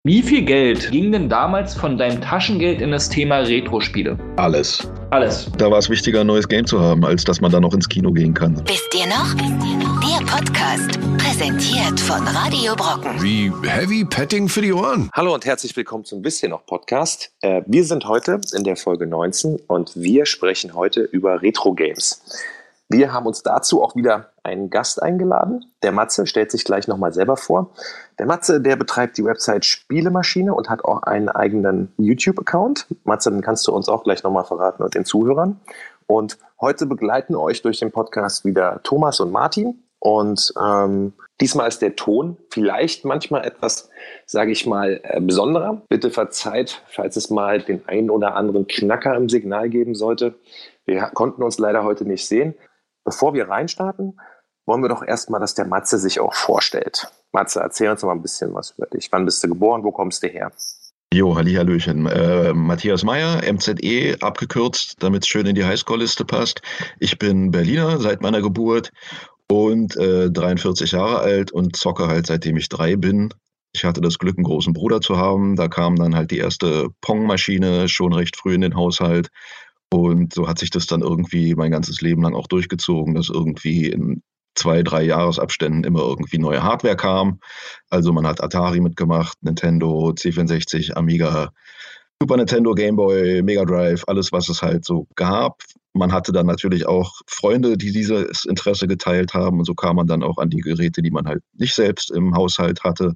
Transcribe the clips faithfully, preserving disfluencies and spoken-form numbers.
Wie viel Geld ging denn damals von deinem Taschengeld in das Thema Retro-Spiele? Alles. Alles. Da war es wichtiger, ein neues Game zu haben, als dass man dann noch ins Kino gehen kann. Wisst ihr noch? Der Podcast, präsentiert von Radio Brocken. Wie Heavy Petting für die Ohren. Hallo und herzlich willkommen zum Wisst ihr noch Podcast. Äh, wir sind heute in der Folge neunzehn und wir sprechen heute über Retro-Games. Wir haben uns dazu auch wieder einen Gast eingeladen. Der Matze stellt sich gleich nochmal selber vor. Der Matze, der betreibt die Website Spielemaschine und hat auch einen eigenen YouTube-Account. Matze, den kannst du uns auch gleich nochmal verraten und den Zuhörern. Und heute begleiten euch durch den Podcast wieder Thomas und Martin. Und ähm, diesmal ist der Ton vielleicht manchmal etwas, sage ich mal, äh, besonderer. Bitte verzeiht, falls es mal den einen oder anderen Knacker im Signal geben sollte. Wir konnten uns leider heute nicht sehen. Bevor wir reinstarten, wollen wir doch erstmal, dass der Matze sich auch vorstellt. Matze, erzähl uns noch mal ein bisschen was über dich. Wann bist du geboren? Wo kommst du her? Jo, hallihallöchen. Äh, Matthias Meyer, M Z E, abgekürzt, damit es schön in die Highscore-Liste passt. Ich bin Berliner seit meiner Geburt und äh, dreiundvierzig Jahre alt und zocke halt seitdem ich drei bin. Ich hatte das Glück, einen großen Bruder zu haben. Da kam dann halt die erste Pong-Maschine schon recht früh in den Haushalt. Und so hat sich das dann irgendwie mein ganzes Leben lang auch durchgezogen, dass irgendwie in zwei, drei Jahresabständen immer irgendwie neue Hardware kam. Also man hat Atari mitgemacht, Nintendo, C vierundsechzig, Amiga, Super Nintendo, Game Boy, Mega Drive, alles, was es halt so gab. Man hatte dann natürlich auch Freunde, die dieses Interesse geteilt haben. Und so kam man dann auch an die Geräte, die man halt nicht selbst im Haushalt hatte.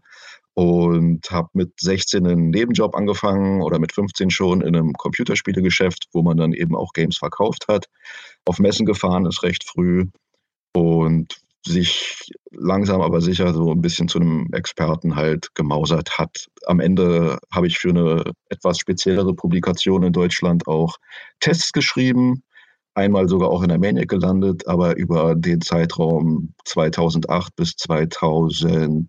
Und habe mit sechzehn einen Nebenjob angefangen oder mit fünfzehn schon in einem Computerspielegeschäft, wo man dann eben auch Games verkauft hat. Auf Messen gefahren ist recht früh und sich langsam aber sicher so ein bisschen zu einem Experten halt gemausert hat. Am Ende habe ich für eine etwas speziellere Publikation in Deutschland auch Tests geschrieben, einmal sogar auch in der Maniac gelandet, aber über den Zeitraum zweitausendacht bis zweitausendsiebzehn,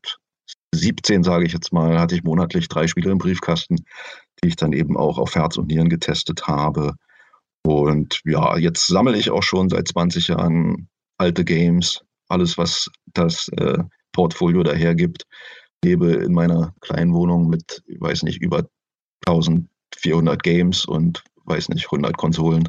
sage ich jetzt mal, hatte ich monatlich drei Spiele im Briefkasten, die ich dann eben auch auf Herz und Nieren getestet habe. Und ja, jetzt sammle ich auch schon seit zwanzig Jahren alte Games, alles, was das äh, Portfolio dahergibt. Lebe in meiner kleinen Wohnung mit, ich weiß nicht, über eintausendvierhundert Games und, weiß nicht, hundert Konsolen.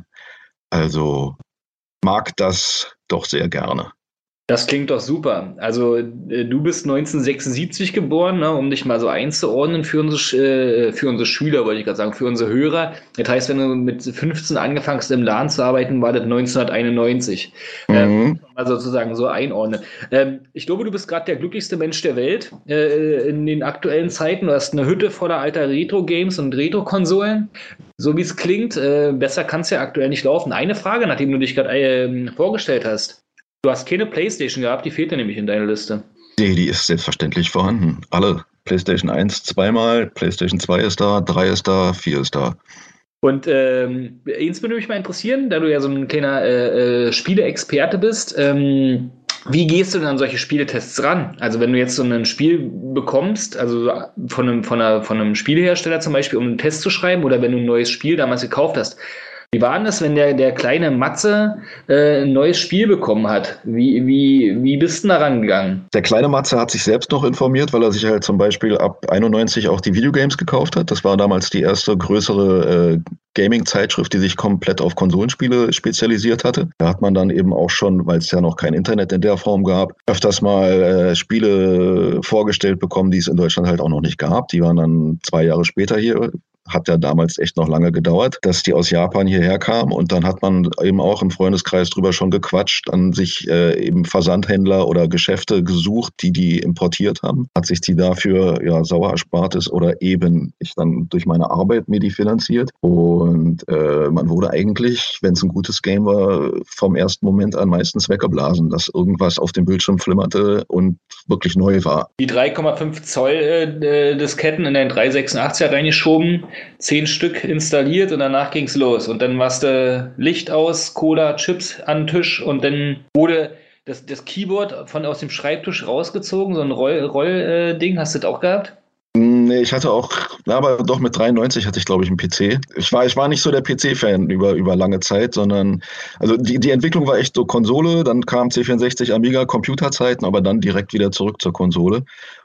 Also mag das doch sehr gerne. Das klingt doch super. Also äh, du bist neunzehnhundertsechsundsiebzig geboren, ne, um dich mal so einzuordnen für unsere, äh, für unsere Schüler, wollte ich gerade sagen, für unsere Hörer. Das heißt, wenn du mit fünfzehn angefangen hast, im Laden zu arbeiten, war das neunzehnhunderteinundneunzig. Mhm. Ähm, mal sozusagen so einordnen. Ähm, ich glaube, du bist gerade der glücklichste Mensch der Welt äh, in den aktuellen Zeiten. Du hast eine Hütte voller alter Retro-Games und Retro-Konsolen. So wie es klingt, äh, besser kann es ja aktuell nicht laufen. Eine Frage, nachdem du dich gerade äh, vorgestellt hast. Du hast keine PlayStation gehabt, die fehlt ja nämlich in deiner Liste. Nee, die ist selbstverständlich vorhanden. Alle. PlayStation eins zweimal, PlayStation zwei ist da, drei ist da, vier ist da. Und ähm, eins würde mich mal interessieren, da du ja so ein kleiner äh, äh, Spiele-Experte bist, ähm, wie gehst du denn an solche Spieletests ran? Also wenn du jetzt so ein Spiel bekommst, also von einem, von einer, von einem Spielehersteller zum Beispiel, um einen Test zu schreiben, oder wenn du ein neues Spiel damals gekauft hast, wie war denn das, wenn der, der kleine Matze äh, ein neues Spiel bekommen hat? Wie, wie, wie bist du da rangegangen? Der kleine Matze hat sich selbst noch informiert, weil er sich halt zum Beispiel ab einundneunzig auch die Videogames gekauft hat. Das war damals die erste größere äh, Gaming-Zeitschrift, die sich komplett auf Konsolenspiele spezialisiert hatte. Da hat man dann eben auch schon, weil es ja noch kein Internet in der Form gab, öfters mal äh, Spiele vorgestellt bekommen, die es in Deutschland halt auch noch nicht gab. Die waren dann zwei Jahre später hier. Hat ja damals echt noch lange gedauert, dass die aus Japan hierher kamen, und dann hat man eben auch im Freundeskreis drüber schon gequatscht, dann sich äh, eben Versandhändler oder Geschäfte gesucht, die die importiert haben, hat sich die dafür ja sauer Erspartes oder eben ich dann durch meine Arbeit mir die finanziert, und äh, man wurde eigentlich, wenn es ein gutes Game war, vom ersten Moment an meistens weggeblasen, dass irgendwas auf dem Bildschirm flimmerte und wirklich neu war. Die drei Komma fünf Zoll äh, Disketten in den dreihundertsechsundachtziger reingeschoben, zehn Stück installiert und danach ging's los. Und dann warst du Licht aus, Cola, Chips an den Tisch, und dann wurde das, das Keyboard von aus dem Schreibtisch rausgezogen, so ein Roll-Ding. Roll, äh, Hast du das auch gehabt? Nee, ich hatte auch, aber doch mit dreiundneunzig hatte ich, glaube ich, einen P C. Ich war, ich war nicht so der P C-Fan über, über lange Zeit, sondern, also die, die Entwicklung war echt so Konsole, dann kam C vierundsechzig, Amiga, Computerzeiten, aber dann direkt wieder zurück zur Konsole.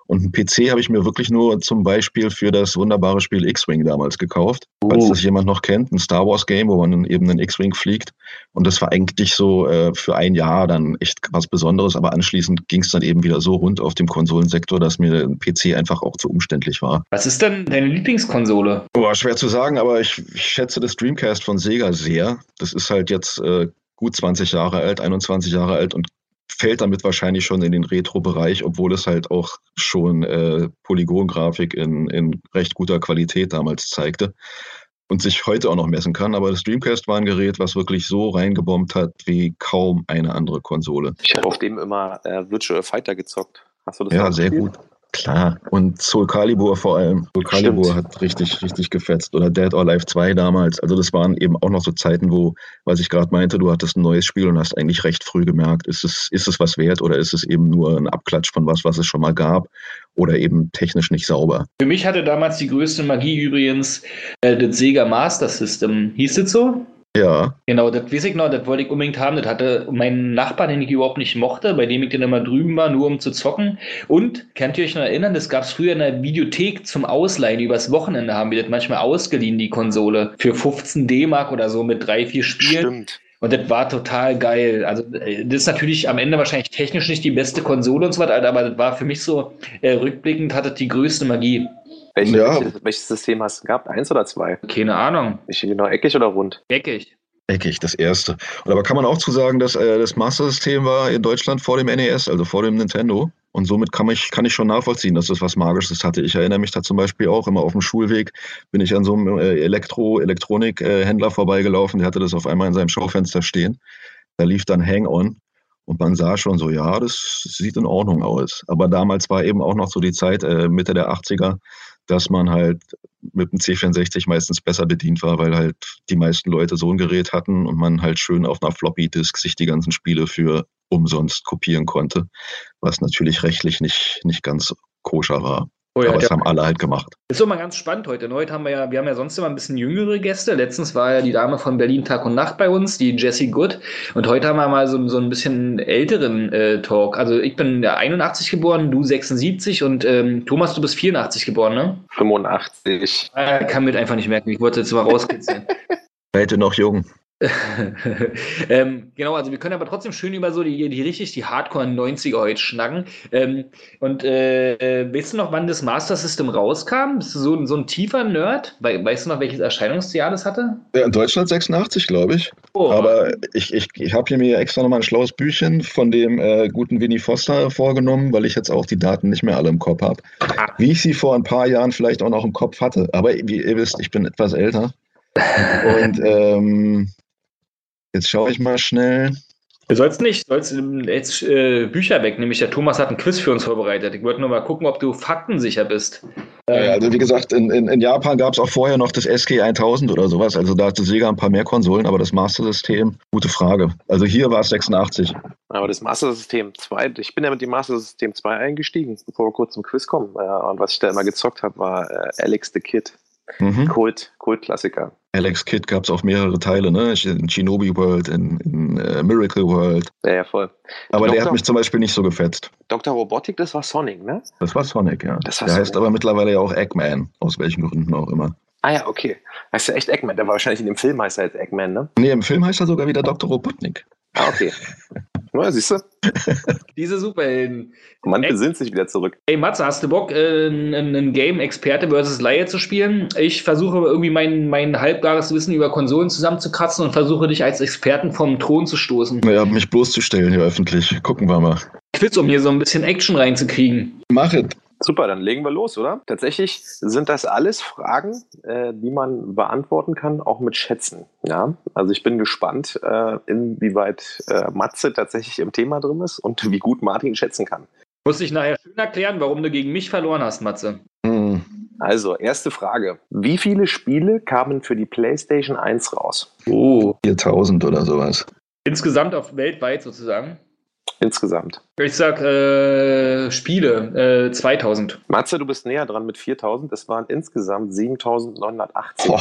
Und einen P C habe ich mir wirklich nur zum Beispiel für das wunderbare Spiel X-Wing damals gekauft. Uh. Falls das jemand noch kennt, ein Star Wars Game, wo man eben einen X-Wing fliegt. Und das war eigentlich so äh, für ein Jahr dann echt was Besonderes. Aber anschließend ging es dann eben wieder so rund auf dem Konsolensektor, dass mir ein P C einfach auch zu umständlich war. Was ist denn deine Lieblingskonsole? Boah, schwer zu sagen, aber ich, ich schätze das Dreamcast von Sega sehr. Das ist halt jetzt äh, gut zwanzig Jahre alt, einundzwanzig Jahre alt und fällt damit wahrscheinlich schon in den Retro-Bereich, obwohl es halt auch schon äh, Polygongrafik in, in recht guter Qualität damals zeigte und sich heute auch noch messen kann. Aber das Dreamcast war ein Gerät, was wirklich so reingebombt hat wie kaum eine andere Konsole. Ich habe auf dem immer äh, Virtual Fighter gezockt. Hast du das Ja, sehr gut. Klar. Und Soul Calibur vor allem. Soul Calibur Stimmt. hat richtig, richtig gefetzt. Oder Dead or Alive zwei damals. Also das waren eben auch noch so Zeiten, wo, was ich gerade meinte, du hattest ein neues Spiel und hast eigentlich recht früh gemerkt, ist es, ist es was wert oder ist es eben nur ein Abklatsch von was, was es schon mal gab oder eben technisch nicht sauber. Für mich hatte damals die größte Magie übrigens äh, das Sega Master System. Hieß das so? Ja. Genau, das weiß ich noch, das wollte ich unbedingt haben. Das hatte meinen Nachbarn, den ich überhaupt nicht mochte, bei dem ich dann immer drüben war, nur um zu zocken. Und, könnt ihr euch noch erinnern, das gab es früher in der Videothek zum Ausleihen. Übers Wochenende haben wir das manchmal ausgeliehen, die Konsole. Für fünfzehn D-Mark oder so mit drei, vier Spielen. Stimmt. Und das war total geil. Also, das ist natürlich am Ende wahrscheinlich technisch nicht die beste Konsole und so weiter, aber das war für mich so, äh, rückblickend hatte die größte Magie. Welche, ja. welches, welches System hast du gehabt? Eins oder zwei? Keine Ahnung. Ich genau eckig oder rund? Eckig. Eckig, das erste. Und aber kann man auch zu sagen, dass äh, das Master-System war in Deutschland vor dem N E S, also vor dem Nintendo. Und somit kann ich, kann ich schon nachvollziehen, dass das was Magisches hatte. Ich erinnere mich da zum Beispiel auch immer auf dem Schulweg, bin ich an so einem äh, Elektro, Elektronik-Händler vorbeigelaufen, der hatte das auf einmal in seinem Schaufenster stehen. Da lief dann Hang-On. Und man sah schon so, ja, das sieht in Ordnung aus. Aber damals war eben auch noch so die Zeit, äh, Mitte der achtziger, dass man halt mit dem C vierundsechzig meistens besser bedient war, weil halt die meisten Leute so ein Gerät hatten und man halt schön auf einer Floppy-Disk sich die ganzen Spiele für umsonst kopieren konnte, was natürlich rechtlich nicht, nicht ganz koscher war. Oh ja, aber das haben alle halt gemacht. Ist doch mal ganz spannend heute. Heute haben wir ja, wir haben ja sonst immer ein bisschen jüngere Gäste. Letztens war ja die Dame von Berlin Tag und Nacht bei uns, die Jessie Good. Und heute haben wir mal so, so ein bisschen älteren äh, Talk. Also ich bin ja einundachtzig geboren, du sechsundsiebzig und ähm, Thomas, du bist vierundachtzig geboren, ne? fünfundachtzig. Ich kann mir einfach nicht merken. Ich wollte jetzt mal rauskitzeln. Heute noch jung. ähm, genau, also wir können aber trotzdem schön über so die, die richtig, die Hardcore-neunziger heute schnacken. Ähm, und äh, weißt du noch, wann das Master System rauskam? Bist du so, so ein tiefer Nerd? We- weißt du noch, welches Erscheinungsjahr das hatte? Ja, in Deutschland sechsundachtzig, glaube ich. Oh. Aber ich, ich, ich habe hier mir extra nochmal ein schlaues Büchchen von dem äh, guten Winnie Foster vorgenommen, weil ich jetzt auch die Daten nicht mehr alle im Kopf habe. Wie ich sie vor ein paar Jahren vielleicht auch noch im Kopf hatte. Aber wie ihr wisst, ich bin etwas älter. Und ähm, jetzt schaue ich mal schnell. Du sollst nicht, sollst jetzt äh, Bücher weg, nämlich der Thomas hat ein Quiz für uns vorbereitet. Ich wollte nur mal gucken, ob du faktensicher bist. Ja, also wie gesagt, in, in, in Japan gab es auch vorher noch das S G tausend oder sowas. Also da hatte Sega ein paar mehr Konsolen, aber das Master-System, gute Frage. Also hier war es sechsundachtzig. Aber das Master System zwei, ich bin ja mit dem Master System zwei eingestiegen, bevor wir kurz zum Quiz kommen. Und was ich da immer gezockt habe, war äh, Alex the Kid. Mhm. Kult, Kult-Klassiker. Alex Kidd gab es auch mehrere Teile, ne? In Shinobi World, in, in uh, Miracle World. Ja, ja, voll. Aber Doktor, der hat mich zum Beispiel nicht so gefetzt. Doktor Robotik, das war Sonic, ne? Das war Sonic, ja. Das war der so heißt aber mittlerweile ja auch Eggman, aus welchen Gründen auch immer. Ah ja, okay. Heißt ja echt Eggman, der war wahrscheinlich in dem Film heißt er jetzt Eggman, ne? Nee, im Film heißt er sogar wieder Doktor Robotnik. Ah, okay. Na, siehst du? Diese Superhelden. Man besinnt sich wieder zurück. Ey, Matze, hast du Bock, äh, ein Game Experte versus Laie zu spielen? Ich versuche irgendwie mein, mein halbgares Wissen über Konsolen zusammenzukratzen und versuche dich als Experten vom Thron zu stoßen. Naja, mich bloßzustellen hier öffentlich. Gucken wir mal. Quiz, um hier so ein bisschen Action reinzukriegen. Mach es. Super, dann legen wir los, oder? Tatsächlich sind das alles Fragen, äh, die man beantworten kann, auch mit Schätzen. Ja, also ich bin gespannt, äh, inwieweit äh, Matze tatsächlich im Thema drin ist und wie gut Martin schätzen kann. Muss ich nachher schön erklären, warum du gegen mich verloren hast, Matze. Mhm. Also, erste Frage. Wie viele Spiele kamen für die PlayStation eins raus? Oh. viertausend oder sowas. Insgesamt auf weltweit sozusagen? Insgesamt. Ich sag äh, Spiele, äh, zweitausend. Matze, du bist näher dran mit viertausend. Es waren insgesamt siebentausendneunhundertachtzig.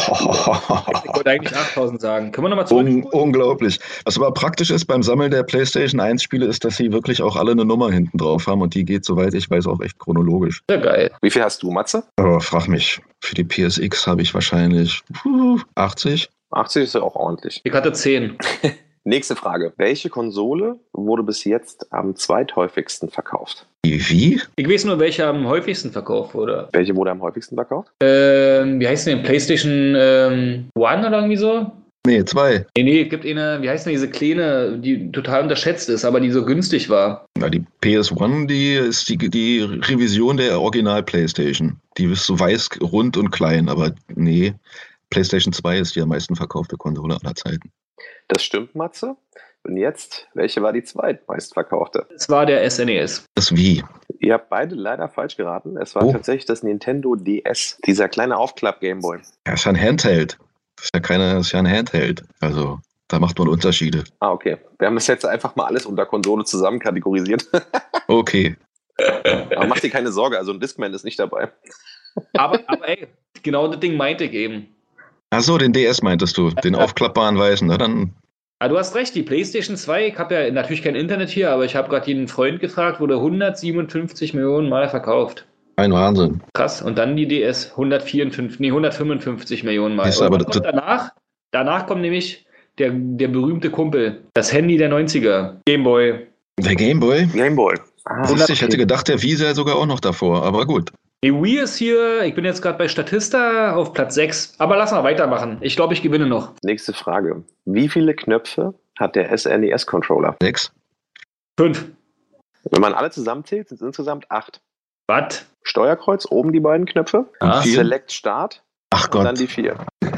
Ich wollte eigentlich achttausend sagen. Können wir nochmal zurück? Un unglaublich. Was aber praktisch ist beim Sammeln der PlayStation eins Spiele, ist, dass sie wirklich auch alle eine Nummer hinten drauf haben und die geht, soweit ich weiß, auch echt chronologisch. Sehr geil. Wie viel hast du, Matze? Aber frag mich, für die P S X habe ich wahrscheinlich uh, achtzig. achtzig ist ja auch ordentlich. Ich hatte zehn. Nächste Frage. Welche Konsole wurde bis jetzt am zweithäufigsten verkauft? Wie? Ich weiß nur, welche am häufigsten verkauft wurde. Welche wurde am häufigsten verkauft? Ähm, wie heißt denn PlayStation ähm, One oder irgendwie so? Nee, zwei. Nee, nee, es gibt eine, wie heißt denn diese kleine, die total unterschätzt ist, aber die so günstig war. Na, die P S eins, die ist die, die Revision der Original-PlayStation. Die ist so weiß, rund und klein, aber nee, PlayStation zwei ist die am meisten verkaufte Konsole aller Zeiten. Das stimmt, Matze. Und jetzt, welche war die zweitmeistverkaufte? Es war der S N E S. Das wie? Ihr habt beide leider falsch geraten. Es war Oh. tatsächlich das Nintendo D S, dieser kleine Aufklapp-Gameboy. Ja, ist ja ein Handheld. Das ist ja keine, das ist ja ein Handheld. Also, da macht man Unterschiede. Ah, okay. Wir haben es jetzt einfach mal alles unter Konsole zusammen kategorisiert. Okay. Aber mach dir keine Sorge, also ein Discman ist nicht dabei. Aber, aber ey, genau das Ding meinte ich eben. Ach so, den D S meintest du, den aufklappbaren weißen. Na dann, Ah, du hast recht, die PlayStation zwei, ich habe ja natürlich kein Internet hier, aber ich habe gerade jeden Freund gefragt, wurde hundertsiebenundfünfzig Millionen Mal verkauft. ein Wahnsinn. Krass. Und dann die D S hundertvierundfünfzig, nee, hundertfünfundfünfzig Millionen Mal. Ist Und aber was kommt das- danach? Danach kommt nämlich der, der berühmte Kumpel, das Handy der neunziger, Gameboy. Der Gameboy? Gameboy. Ah, Siehst du, ich hätte gedacht, der Wii sei sogar auch noch davor, aber gut. Die Wii ist hier, ich bin jetzt gerade bei Statista auf Platz sechs, aber lass mal weitermachen. Ich glaube, ich gewinne noch. Nächste Frage. Wie viele Knöpfe hat der S N E S-Controller? Sechs? Fünf. Wenn man alle zusammenzählt, sind es insgesamt acht. Was? Steuerkreuz, oben die beiden Knöpfe. Ah, vier? Select Start Ach und dann Gott. die vier.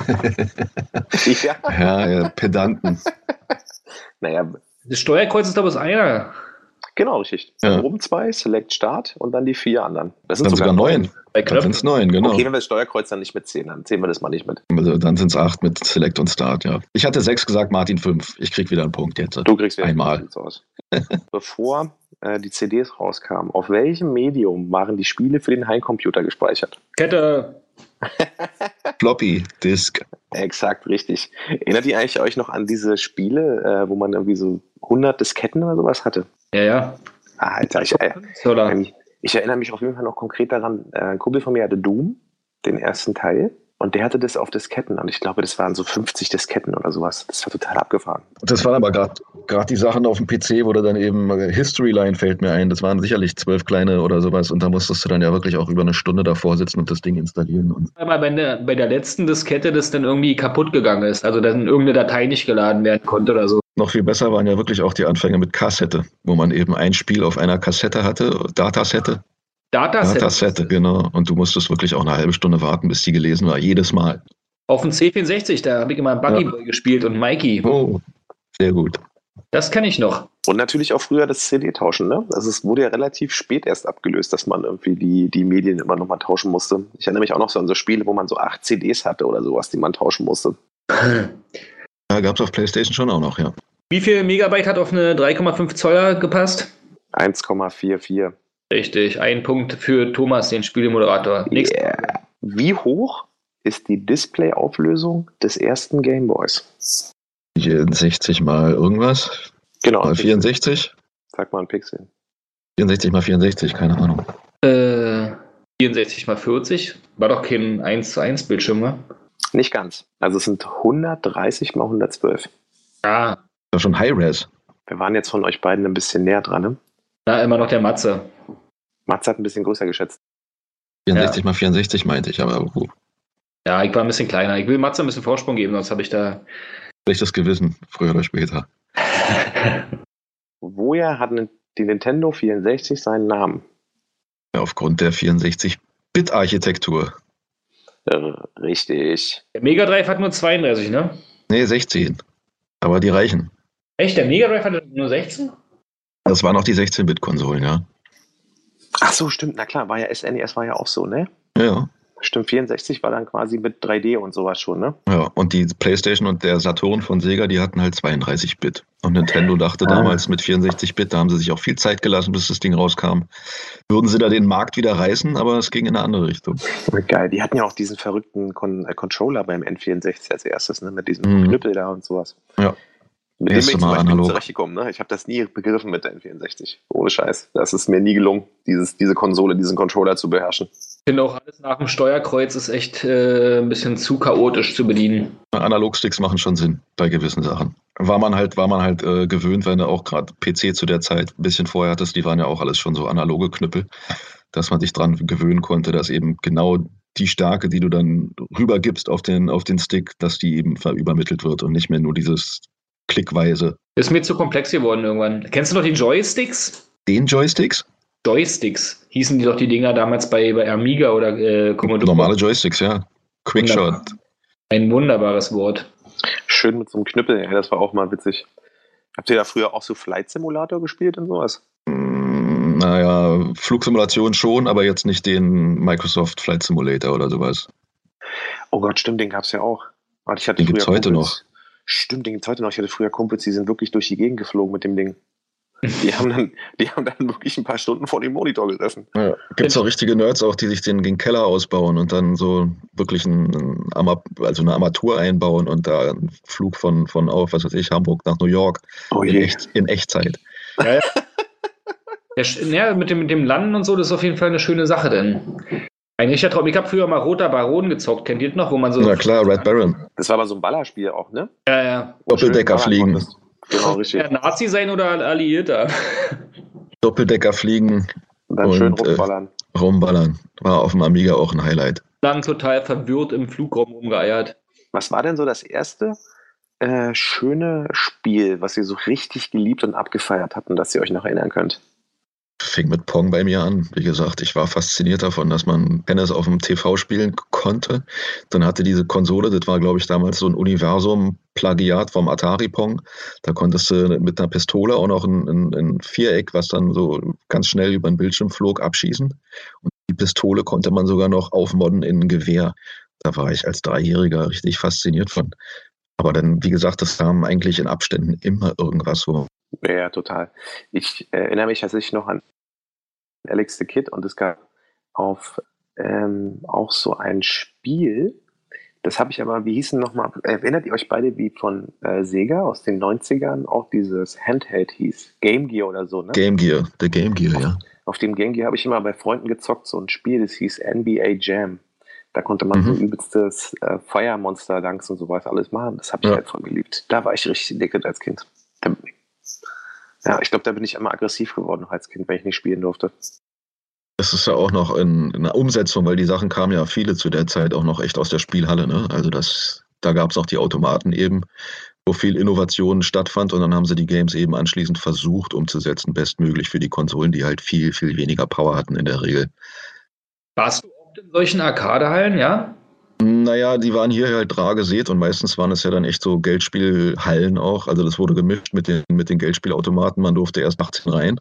ja. Ja, ja, Pedanten. Naja, Das Steuerkreuz ist aber das einer. genau richtig. Ja. Oben zwei, Select Start und dann die vier anderen. Das sind Dann sogar neun. Bei Dann Knöpfen. sind es neun, genau. Okay, wenn wir das Steuerkreuz dann nicht mitzählen, dann zählen wir das mal nicht mit. Also dann sind es acht mit Select und Start, ja. Ich hatte sechs gesagt, Martin fünf. Ich krieg wieder einen Punkt jetzt. Du kriegst wieder Einmal. so aus. Bevor äh, die C Ds rauskamen, auf welchem Medium waren die Spiele für den Heimcomputer gespeichert? Kette. Floppy Disk. Exakt, richtig. Erinnert ihr eigentlich euch noch an diese Spiele, äh, wo man irgendwie so hundert Disketten oder sowas hatte? Ja, ja. Alter, ich, äh, Dollar. ich erinnere mich auf jeden Fall noch konkret daran, äh, ein Kumpel von mir hatte Doom, den ersten Teil, und der hatte das auf Disketten und ich glaube, das waren so fünfzig Disketten oder sowas. Das war total abgefahren. Das waren aber gerade die Sachen auf dem P C, wo du dann eben History Line fällt mir ein. Das waren sicherlich zwölf kleine oder sowas und da musstest du dann ja wirklich auch über eine Stunde davor sitzen und das Ding installieren. Und Aber bei der, bei der letzten Diskette, das dann irgendwie kaputt gegangen ist. Also dann irgendeine Datei nicht geladen werden konnte oder so. noch viel besser waren ja wirklich auch die Anfänge mit Kassette, wo man eben ein Spiel auf einer Kassette hatte, Datasette. Dataset. Datasette, genau. Und du musstest wirklich auch eine halbe Stunde warten, bis die gelesen war, jedes Mal. Auf dem C vierundsechzig, da habe ich immer Buggy Boy gespielt und Mikey. Oh, sehr gut. Das kann ich noch. Und natürlich auch früher das C D-Tauschen, ne? Also es wurde ja relativ spät erst abgelöst, dass man irgendwie die, die Medien immer nochmal tauschen musste. Ich erinnere mich auch noch so an so Spiele, wo man so acht C Ds hatte oder sowas, die man tauschen musste. Ja, gab es auf PlayStation schon auch noch, ja. Wie viel Megabyte hat auf eine drei Komma fünf Zoller gepasst? eins Komma vierundvierzig. Richtig, ein Punkt für Thomas, den Spielemoderator. Nächste. Yeah. Wie hoch ist die Displayauflösung des ersten Gameboys? vierundsechzig mal irgendwas. Genau. Mal vierundsechzig? Sag mal ein Pixel. vierundsechzig mal vierundsechzig, keine Ahnung. Äh, vierundsechzig mal vierzig. War doch kein eins zu eins Bildschirm, wa? Nicht ganz. Also es sind hundertdreißig mal hundertzwölf. Ah, Das war schon High-Res. Wir waren jetzt von euch beiden ein bisschen näher dran, ne? na, immer noch der Matze. Mats hat ein bisschen größer geschätzt. vierundsechzig mal vierundsechzig meinte ich, aber uh, Ja, ich war ein bisschen kleiner. Ich will Matze ein bisschen Vorsprung geben, sonst habe ich da. schlechtes Gewissen, früher oder später. Woher hat die Nintendo vierundsechzig seinen Namen? Ja, aufgrund der vierundsechzig-Bit-Architektur. Äh, richtig. Der Mega Drive hat nur zweiunddreißig, ne? Nee, sechzehn. Aber die reichen. Echt? Der Mega Drive hatte nur sechzehn? Das waren auch die sechzehn-Bit-Konsolen, ja. Ach so, stimmt. Na klar, war ja S N E S war ja auch so, ne? Ja, ja. Stimmt, vierundsechzig war dann quasi mit drei D und sowas schon, ne? Ja, und die PlayStation und der Saturn von Sega, die hatten halt zweiunddreißig Bit. Und Nintendo dachte Ah. damals mit vierundsechzig Bit, da haben sie sich auch viel Zeit gelassen, bis das Ding rauskam. Würden sie da den Markt wieder reißen, aber es ging in eine andere Richtung. Geil, die hatten ja auch diesen verrückten Con- äh, Controller beim N vierundsechzig als erstes, ne? Mit diesem Mhm. Knüppel da und sowas. Ja. Mit dem bin Erste ich zum Mal Beispiel analog. nicht zurechtgekommen, ne? Ich habe das nie begriffen mit der N vierundsechzig. Ohne Scheiß. Das ist mir nie gelungen, dieses, diese Konsole, diesen Controller zu beherrschen. Ich finde auch alles nach dem Steuerkreuz ist echt äh, ein bisschen zu chaotisch zu bedienen. Analogsticks machen schon Sinn bei gewissen Sachen. War man halt, war man halt äh, gewöhnt, wenn du auch gerade P C zu der Zeit ein bisschen vorher hattest, die waren ja auch alles schon so analoge Knüppel, dass man sich dran gewöhnen konnte, dass eben genau die Stärke, die du dann rübergibst auf den, auf den Stick, dass die eben übermittelt wird und nicht mehr nur dieses klickweise. Ist mir zu komplex geworden irgendwann. Kennst du noch die Joysticks? Den Joysticks? Joysticks hießen die doch die Dinger damals bei, bei Amiga oder äh, Commodore. Normale Joysticks, ja. Quickshot. Ein wunderbares Wort. Schön mit so einem Knüppel, ja, das war auch mal witzig. Habt ihr da früher auch so Flight Simulator gespielt und sowas? Mm, Naja, Flugsimulation schon, aber jetzt nicht den Microsoft Flight Simulator oder sowas. Oh Gott, stimmt, den gab's ja auch. Warte, ich hatte Den früher gibt's heute Kumpels- noch. Stimmt, den gibt's heute noch. Ich hatte früher Kumpels, die sind wirklich durch die Gegend geflogen mit dem Ding. Die haben dann, die haben dann wirklich ein paar Stunden vor dem Monitor gesessen. Ja, gibt es auch richtige Nerds auch, die sich den, den Keller ausbauen und dann so wirklich ein, ein Ama- also eine Armatur einbauen und da einen Flug von, von auf, was weiß ich, Hamburg nach New York Oh in, je. echt, in Echtzeit. Ja, ja. Der, Sch- ja, mit, dem, mit dem Landen und so, das ist auf jeden Fall eine schöne Sache, denn ein richtiger Traum. Ich habe früher mal Roter Baron gezockt, kennt ihr das noch, wo man so. Na klar, Red Baron. Das war aber so ein Ballerspiel auch, ne? Ja, ja. Wo du schön Doppeldecker ballern fliegen. konntest. Genau, richtig. Ja, Nazi sein oder Alliierter. Doppeldecker fliegen, Und dann und, schön äh, rumballern. rumballern. War auf dem Amiga auch ein Highlight. Dann total verwirrt im Flugraum rumgeeiert. Was war denn so das erste äh, schöne Spiel, was ihr so richtig geliebt und abgefeiert habt und das ihr euch noch erinnern könnt? Fing mit Pong bei mir an. Wie gesagt, ich war fasziniert davon, dass man Tennis auf dem T V spielen konnte. Dann hatte diese Konsole, das war, glaube ich, damals so ein Universum-Plagiat vom Atari Pong. Da konntest du mit einer Pistole auch noch ein, ein, ein Viereck, was dann so ganz schnell über den Bildschirm flog, abschießen. Und die Pistole konnte man sogar noch aufmodden in ein Gewehr. Da war ich als Dreijähriger richtig fasziniert von. Aber dann, wie gesagt, das kam eigentlich in Abständen immer irgendwas, wo Ja, ja, total. Ich äh, erinnere mich tatsächlich noch an Alex the Kid und es gab auf ähm, auch so ein Spiel, das habe ich aber, wie hieß denn nochmal, erinnert ihr euch beide, wie von äh, Sega aus den neunzigern auch dieses Handheld hieß? Game Gear oder so, ne? Game Gear, der Game Gear, ja. Auf dem Game Gear habe ich immer bei Freunden gezockt, so ein Spiel, das hieß N B A Jam. Da konnte man Mhm. so übelstes äh, Feuermonster-Dunks und sowas alles machen. Das habe ich Ja. halt voll geliebt. Da war ich richtig dicket als Kind. Da, ja, ich glaube, da bin ich immer aggressiv geworden noch als Kind, wenn ich nicht spielen durfte. Das ist ja auch noch in, in der Umsetzung, weil die Sachen kamen ja viele zu der Zeit auch noch echt aus der Spielhalle. Ne? Also das, da gab es auch die Automaten eben, wo viel Innovation stattfand und dann haben sie die Games eben anschließend versucht umzusetzen, bestmöglich für die Konsolen, die halt viel, viel weniger Power hatten in der Regel. Warst du oft in solchen Arcadehallen, ja? Naja, die waren hier halt rar gesät und meistens waren es ja dann echt so Geldspielhallen auch. Also das wurde gemischt mit den, mit den Geldspielautomaten. Man durfte erst achtzehn rein.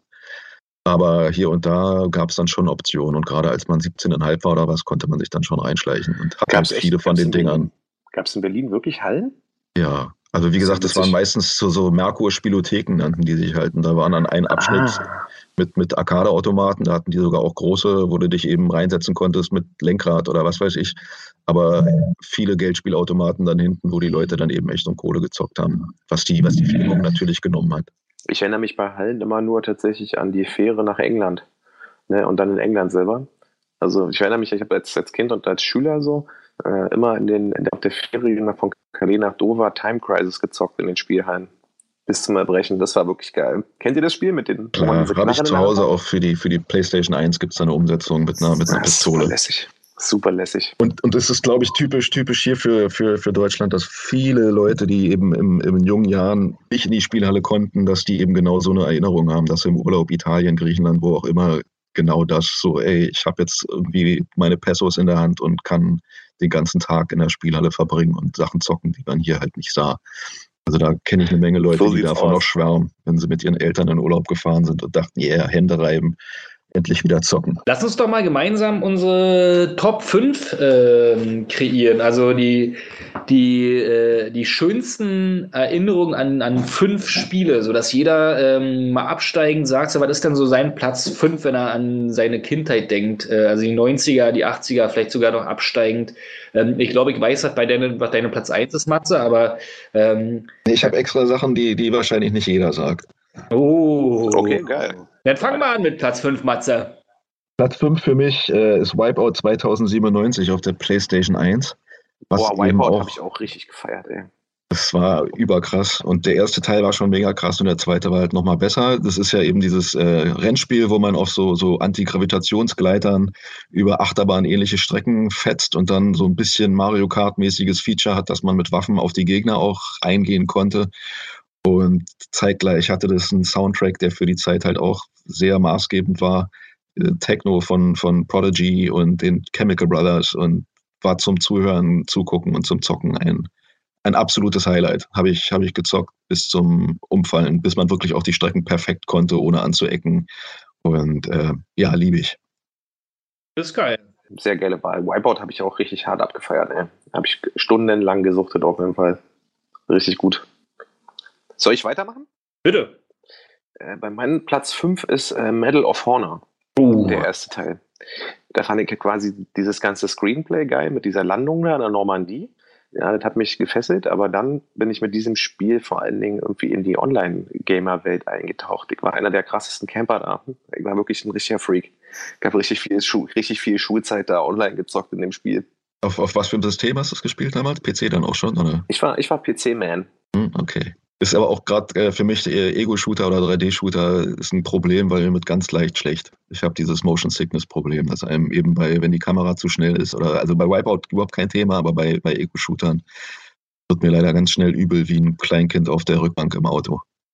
Aber hier und da gab es dann schon Optionen. Und gerade als man siebzehn Komma fünf war oder was, konnte man sich dann schon reinschleichen. Und hat Gab's halt echt- viele von gab's den in Berlin? Dingern. Gab es in Berlin wirklich Hallen? Ja, also wie gesagt, das witzig. waren meistens so, so Merkur-Spielotheken, nannten die sich halt. Und da waren dann ein Abschnitt Ah. mit, mit Arcade-Automaten. Da hatten die sogar auch große, wo du dich eben reinsetzen konntest mit Lenkrad oder was weiß ich. Aber viele Geldspielautomaten dann hinten, wo die Leute dann eben echt um Kohle gezockt haben. Was die, was die Firmung natürlich genommen hat. Ich erinnere mich bei Hallen immer nur tatsächlich an die Fähre nach England. Ne? Und dann in England selber. Also ich erinnere mich, ich habe als, als Kind und als Schüler so äh, immer in den, in der, auf der Fähre von Calais nach Dover Time Crisis gezockt in den Spielhallen. Bis zum Erbrechen. Das war wirklich geil. Kennt ihr das Spiel mit den... wo man Klar, diese habe ich Knarre zu in der Hause Hand hat? auch für die, für die PlayStation eins gibt es eine Umsetzung mit einer, mit einer Ah, super Pistole. lässig. Super lässig. Und, und es ist, glaube ich, typisch, typisch hier für, für, für Deutschland, dass viele Leute, die eben im, im jungen Jahren nicht in die Spielhalle konnten, dass die eben genau so eine Erinnerung haben, dass im Urlaub Italien, Griechenland, wo auch immer, genau das so, ey, ich habe jetzt irgendwie meine Pesos in der Hand und kann den ganzen Tag in der Spielhalle verbringen und Sachen zocken, die man hier halt nicht sah. Also da kenne ich eine Menge Leute, So die sieht's davon aus. noch schwärmen, wenn sie mit ihren Eltern in Urlaub gefahren sind und dachten, ja, yeah, Hände reiben. endlich wieder zocken. Lass uns doch mal gemeinsam unsere Top fünf äh, kreieren. Also die, die, äh, die schönsten Erinnerungen an, an fünf Spiele, sodass jeder ähm, mal absteigend sagt, so, was ist denn so sein Platz fünf, wenn er an seine Kindheit denkt? Äh, also die neunziger, die achtziger, vielleicht sogar noch absteigend. Ähm, ich glaube, ich weiß, was, bei deine, was deine Platz eins ist, Matze, aber ähm, ich habe extra Sachen, die, die wahrscheinlich nicht jeder sagt. Oh. Okay, geil. Dann fang mal an mit Platz fünf, Matze. Platz fünf für mich äh, ist Wipeout zweitausendsiebenundneunzig auf der PlayStation eins. Was Boah, eben Wipeout auch, habe ich auch richtig gefeiert, ey. das war überkrass. Und der erste Teil war schon mega krass und der zweite war halt nochmal besser. Das ist ja eben dieses äh, Rennspiel, wo man auf so, so Antigravitationsgleitern über Achterbahn-ähnliche Strecken fetzt und dann so ein bisschen Mario Kart-mäßiges Feature hat, dass man mit Waffen auf die Gegner auch eingehen konnte. Und zeitgleich hatte das einen Soundtrack, der für die Zeit halt auch sehr maßgebend war. Techno von, von Prodigy und den Chemical Brothers und war zum Zuhören, Zugucken und zum Zocken ein, ein absolutes Highlight. Habe ich, hab ich gezockt bis zum Umfallen, bis man wirklich auch die Strecken perfekt konnte, ohne anzuecken. Und äh, ja, liebe ich. Das ist geil. Sehr geile Wahl. Wipeout habe ich auch richtig hart abgefeiert, ey. Habe ich stundenlang gesuchtet auf jeden Fall. Richtig gut. Soll ich weitermachen? Bitte. Äh, bei meinem Platz fünf ist äh, Medal of Honor. Uh. Der erste Teil. Da fand ich quasi dieses ganze Screenplay geil mit dieser Landung da in der Normandie. Ja, das hat mich gefesselt, aber dann bin ich mit diesem Spiel vor allen Dingen irgendwie in die Online-Gamer-Welt eingetaucht. Ich war einer der krassesten Camper da. Ich war wirklich ein richtiger Freak. Ich habe richtig viel, Schu- richtig viel Schulzeit da online gezockt in dem Spiel. Auf, auf was für ein System hast du es gespielt damals? P C dann auch schon, oder? Ich war, ich war P C-Man. Hm, okay. Ist aber auch gerade äh, für mich äh, Ego-Shooter oder drei D-Shooter ist ein Problem, weil mit ganz leicht schlecht. Ich habe dieses Motion-Sickness-Problem, dass einem eben bei, wenn die Kamera zu schnell ist, oder also bei Wipeout überhaupt kein Thema, aber bei, bei Ego-Shootern wird mir leider ganz schnell übel wie ein Kleinkind auf der Rückbank im Auto.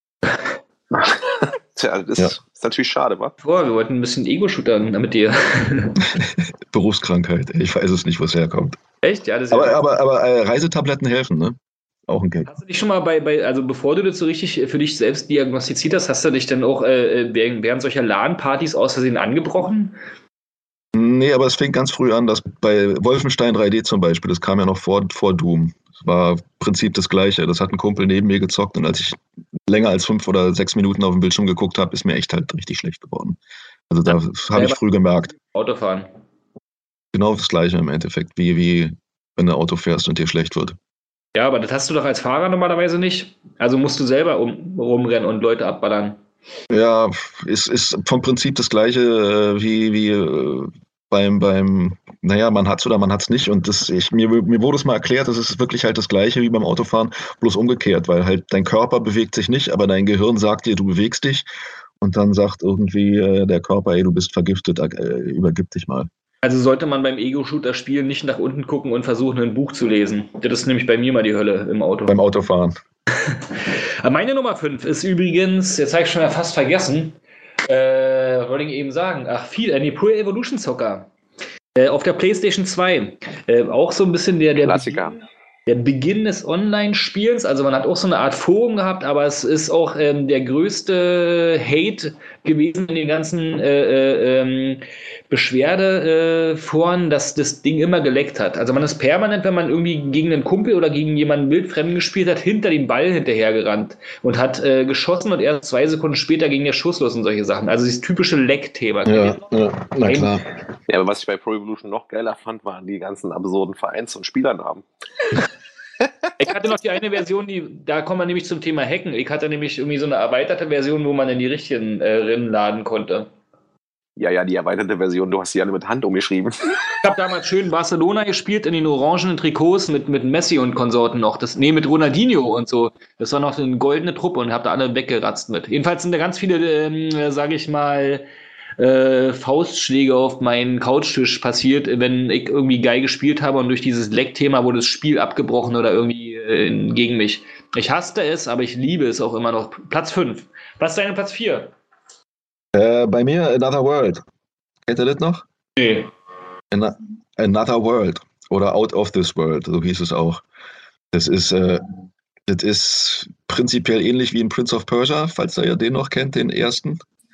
Tja, das Ja. ist natürlich schade, wa? Boah, wir wollten ein bisschen Ego-Shooter mit dir. Berufskrankheit, ich weiß es nicht, wo es herkommt. Echt? Ja, das ist Aber, ja. aber, aber äh, Reisetabletten helfen, ne? Auch ein Gag. Hast du dich schon mal bei, bei, also bevor du das so richtig für dich selbst diagnostiziert hast, hast du dich dann auch äh, während, während solcher LAN-Partys aus Versehen angebrochen? Nee, aber es fing ganz früh an, dass bei Wolfenstein drei D zum Beispiel, das kam ja noch vor, vor Doom. Das war im Prinzip das Gleiche. Das hat ein Kumpel neben mir gezockt und als ich länger als fünf oder sechs Minuten auf dem Bildschirm geguckt habe, ist mir echt halt richtig schlecht geworden. Also da habe ich früh gemerkt. Autofahren. Genau das Gleiche im Endeffekt, wie, wie wenn du Auto fährst und dir schlecht wird. Ja, aber das hast du doch als Fahrer normalerweise nicht. Also musst du selber um, rumrennen und Leute abballern. Ja, ist, ist vom Prinzip das Gleiche äh, wie, wie äh, beim, beim, naja, man hat's oder man hat's nicht. Und das, ich, mir, mir wurde es mal erklärt, das ist wirklich halt das Gleiche wie beim Autofahren, bloß umgekehrt, weil halt dein Körper bewegt sich nicht, aber dein Gehirn sagt dir, du bewegst dich. Und dann sagt irgendwie äh, der Körper, ey, du bist vergiftet, äh, übergib dich mal. Also sollte man beim Ego-Shooter-Spielen nicht nach unten gucken und versuchen, ein Buch zu lesen. Das ist nämlich bei mir mal die Hölle im Auto. Beim Autofahren. Meine Nummer fünf ist übrigens, jetzt habe ich schon ja fast vergessen, äh, was wollte ich eben sagen? Ach, viel, äh, nee, Pro Evolution Soccer. Äh, auf der PlayStation zwei. Äh, auch so ein bisschen der, der Klassiker. Beginn, der Beginn des Online-Spiels. Also man hat auch so eine Art Forum gehabt, aber es ist auch ähm, der größte Hate gewesen in den ganzen äh, äh, Beschwerdeforen, dass das Ding immer geleckt hat. Also man ist permanent, wenn man irgendwie gegen einen Kumpel oder gegen jemanden wildfremden gespielt hat, hinter dem Ball hinterhergerannt und hat äh, geschossen und erst zwei Sekunden später ging der Schuss los und solche Sachen. Also dieses typische Leck-Thema. Ja, ja, na klar. Ja, aber was ich bei Pro Evolution noch geiler fand, waren die ganzen absurden Vereins- und Spielernamen. Ich hatte noch die eine Version, die, da kommen wir nämlich zum Thema Hacken. Ich hatte nämlich irgendwie so eine erweiterte Version, wo man in die richtigen äh, Rennen laden konnte. Ja, ja, die erweiterte Version, du hast sie alle mit Hand umgeschrieben. Ich habe damals schön Barcelona gespielt, in den orangenen Trikots mit, mit Messi und Konsorten noch. Das, nee, mit Ronaldinho und so. Das war noch so eine goldene Truppe und habe da alle weggeratzt mit. Jedenfalls sind da ganz viele, ähm, sage ich mal, äh, Faustschläge auf meinen Couchtisch passiert, wenn ich irgendwie geil gespielt habe und durch dieses Leck-Thema wurde das Spiel abgebrochen oder irgendwie äh, gegen mich. Ich hasste es, aber ich liebe es auch immer noch. Platz fünf. Was ist dein Platz vier? Äh, bei mir Another World. Kennt ihr das noch? Nee. An- Another World oder Out of This World, so hieß es auch. Das ist, äh, das ist prinzipiell ähnlich wie in Prince of Persia, falls ihr den noch kennt, den ersten.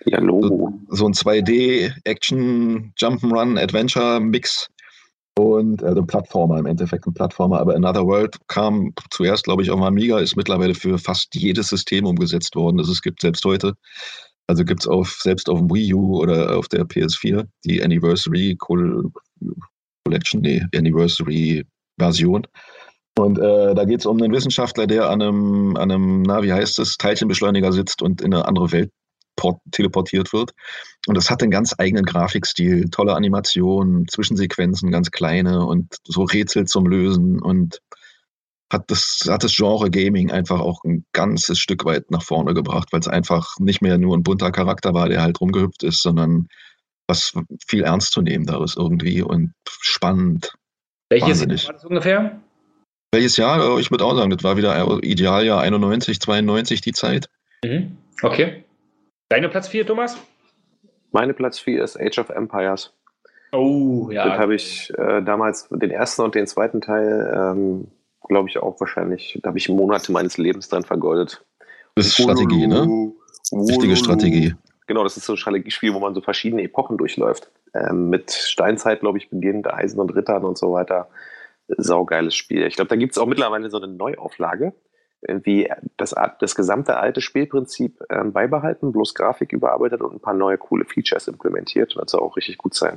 Ja, Logo. So, so ein zwei D Action Jump'n'Run Adventure Mix und also ein Plattformer im Endeffekt, ein Plattformer. Aber Another World kam zuerst, glaube ich, auf dem Amiga, ist mittlerweile für fast jedes System umgesetzt worden, das es gibt, selbst heute. Also gibt es auf, selbst auf dem Wii U oder auf der P S vier die Anniversary Collection, nee, Anniversary Version. Und äh, da geht es um einen Wissenschaftler, der an einem, an einem, na, wie heißt es, Teilchenbeschleuniger sitzt und in eine andere Welt port- teleportiert wird. Und das hat einen ganz eigenen Grafikstil, tolle Animationen, Zwischensequenzen, ganz kleine und so Rätsel zum Lösen und hat das, hat das Genre Gaming einfach auch ein ganzes Stück weit nach vorne gebracht, weil es einfach nicht mehr nur ein bunter Charakter war, der halt rumgehüpft ist, sondern was viel ernstzunehmenderes irgendwie und spannend. Welches Wahnsinnig. war das ungefähr? Welches Jahr? Ich würde auch sagen, das war wieder Idealjahr einundneunzig, zweiundneunzig die Zeit. Mhm. Okay. Deine Platz vier, Thomas? Meine Platz vier ist Age of Empires. Oh, ja. Das habe ich äh, damals, den ersten und den zweiten Teil, ähm, glaube ich auch wahrscheinlich, da habe ich Monate meines Lebens dran vergeudet. Das ist Strategie, ne? Wichtige Strategie. Genau, das ist so ein Strategiespiel, wo man so verschiedene Epochen durchläuft. Ähm, mit Steinzeit, glaube ich, beginnt, Eisen und Rittern und so weiter. Saugeiles Spiel. Ich glaube, da gibt es auch mittlerweile so eine Neuauflage, irgendwie das, das gesamte alte Spielprinzip ähm, beibehalten, bloß Grafik überarbeitet und ein paar neue coole Features implementiert. Und das soll auch richtig gut sein.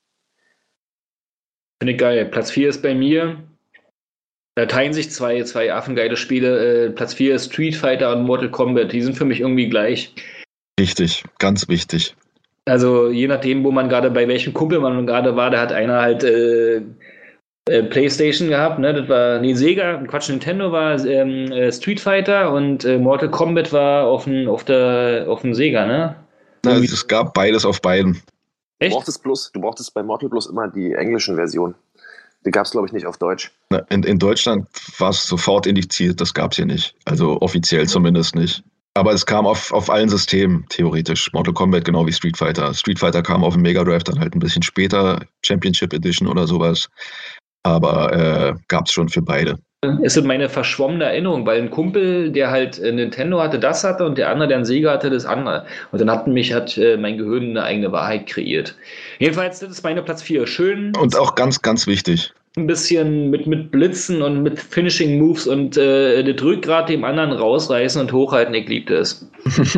Finde ich geil. Platz vier ist bei mir. Da teilen sich zwei, zwei affengeile Spiele. Äh, Platz vier ist Street Fighter und Mortal Kombat. Die sind für mich irgendwie gleich. Wichtig, ganz wichtig. Also je nachdem, wo man gerade, bei welchem Kumpel man gerade war, da hat einer halt äh, äh, PlayStation gehabt, ne? Das war, nee, Sega, Quatsch, Nintendo war ähm, äh, Street Fighter und äh, Mortal Kombat war auf dem auf der auf dem Sega, ne? Na, also es gab beides auf beiden. Echt? Du brauchtest, bloß, du brauchtest bei Mortal bloß immer die englischen Versionen. Die gab es, glaube ich, nicht auf Deutsch. Na, in, in Deutschland war es sofort indiziert, das gab es hier nicht. Also offiziell zumindest nicht. Aber es kam auf, auf allen Systemen, theoretisch. Mortal Kombat genau wie Street Fighter. Street Fighter kam auf dem Mega Drive dann halt ein bisschen später, Championship Edition oder sowas. Aber äh, gab es schon für beide. Es ist meine verschwommene Erinnerung, weil ein Kumpel, der halt äh, Nintendo hatte, das hatte und der andere, der einen Sega hatte, das andere. Und dann hat mich hat äh, mein Gehirn eine eigene Wahrheit kreiert. Jedenfalls, das ist meine Platz vier. Schön. Und auch ganz, ganz wichtig. Ein bisschen mit, mit Blitzen und mit Finishing Moves und äh, das Rückgrat dem anderen rausreißen und hochhalten, ich liebte es.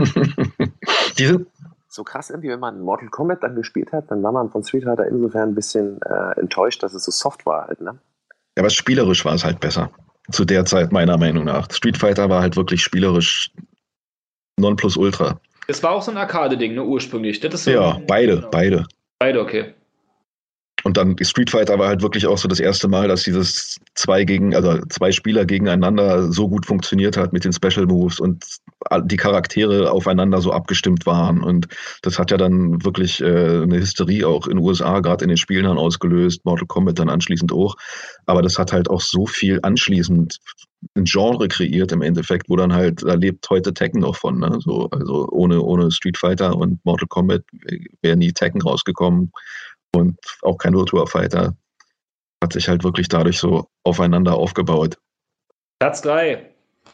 Diese So krass irgendwie, wenn man Mortal Kombat dann gespielt hat, dann war man von Street Fighter insofern ein bisschen äh, enttäuscht, dass es so soft war halt, ne? Ja, aber spielerisch war es halt besser. Zu der Zeit meiner Meinung nach. Street Fighter war halt wirklich spielerisch Nonplusultra. Das war auch so ein Arcade-Ding, ne, ursprünglich. Das ist so Ja, ein, beide, genau. beide. Beide, okay. Und dann die Street Fighter war halt wirklich auch so das erste Mal, dass dieses zwei gegen, also zwei Spieler gegeneinander so gut funktioniert hat mit den Special Moves und die Charaktere aufeinander so abgestimmt waren. Und das hat ja dann wirklich äh, eine Hysterie auch in den U S A, gerade in den Spielen dann ausgelöst, Mortal Kombat dann anschließend auch. Aber das hat halt auch so viel anschließend ein Genre kreiert im Endeffekt, wo dann halt, da lebt heute Tekken noch von. Ne? So, also ohne, ohne Street Fighter und Mortal Kombat wäre nie Tekken rausgekommen. Und auch kein Virtua Fighter hat sich halt wirklich dadurch so aufeinander aufgebaut. Platz drei.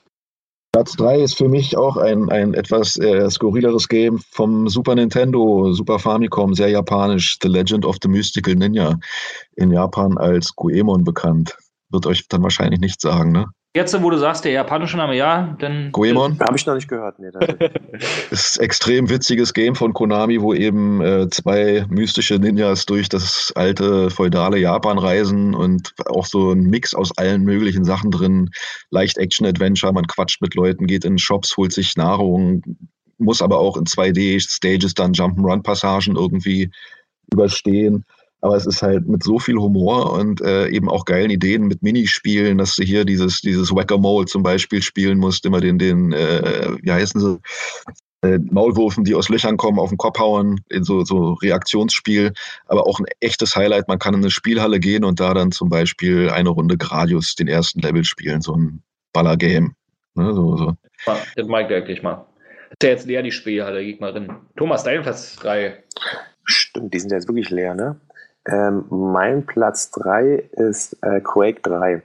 Platz drei ist für mich auch ein, ein etwas äh, skurrileres Game vom Super Nintendo, Super Famicom, sehr japanisch, The Legend of the Mystical Ninja, in Japan als Goemon bekannt. Wird euch dann wahrscheinlich nichts sagen, ne? Jetzt, wo du sagst, der japanische Name, ja, dann... Goemon? Habe ich noch nicht gehört. Nee, ist ein extrem witziges Game von Konami, wo eben äh, zwei mystische Ninjas durch das alte feudale Japan reisen und auch so ein Mix aus allen möglichen Sachen drin. Leicht Action-Adventure, man quatscht mit Leuten, geht in Shops, holt sich Nahrung, muss aber auch in zwei D-Stages dann Jump'n'Run-Passagen irgendwie überstehen. Aber es ist halt mit so viel Humor und äh, eben auch geilen Ideen mit Minispielen, dass du hier dieses, dieses Whack-A-Mole zum Beispiel spielen musst, immer den, den äh, wie heißen sie, äh, Maulwurfen, die aus Löchern kommen, auf den Kopf hauen, in so, so Reaktionsspiel. Aber auch ein echtes Highlight, man kann in eine Spielhalle gehen und da dann zum Beispiel eine Runde Gradius den ersten Level spielen, so ein Baller-Game. Ne, so, so. Das mag ich wirklich mal. Das ist ja jetzt leer, die Spielhalle, geht mal rein. Thomas, dein Platz drei. Stimmt, die sind ja jetzt wirklich leer, ne? Ähm, mein Platz drei ist äh, Quake drei.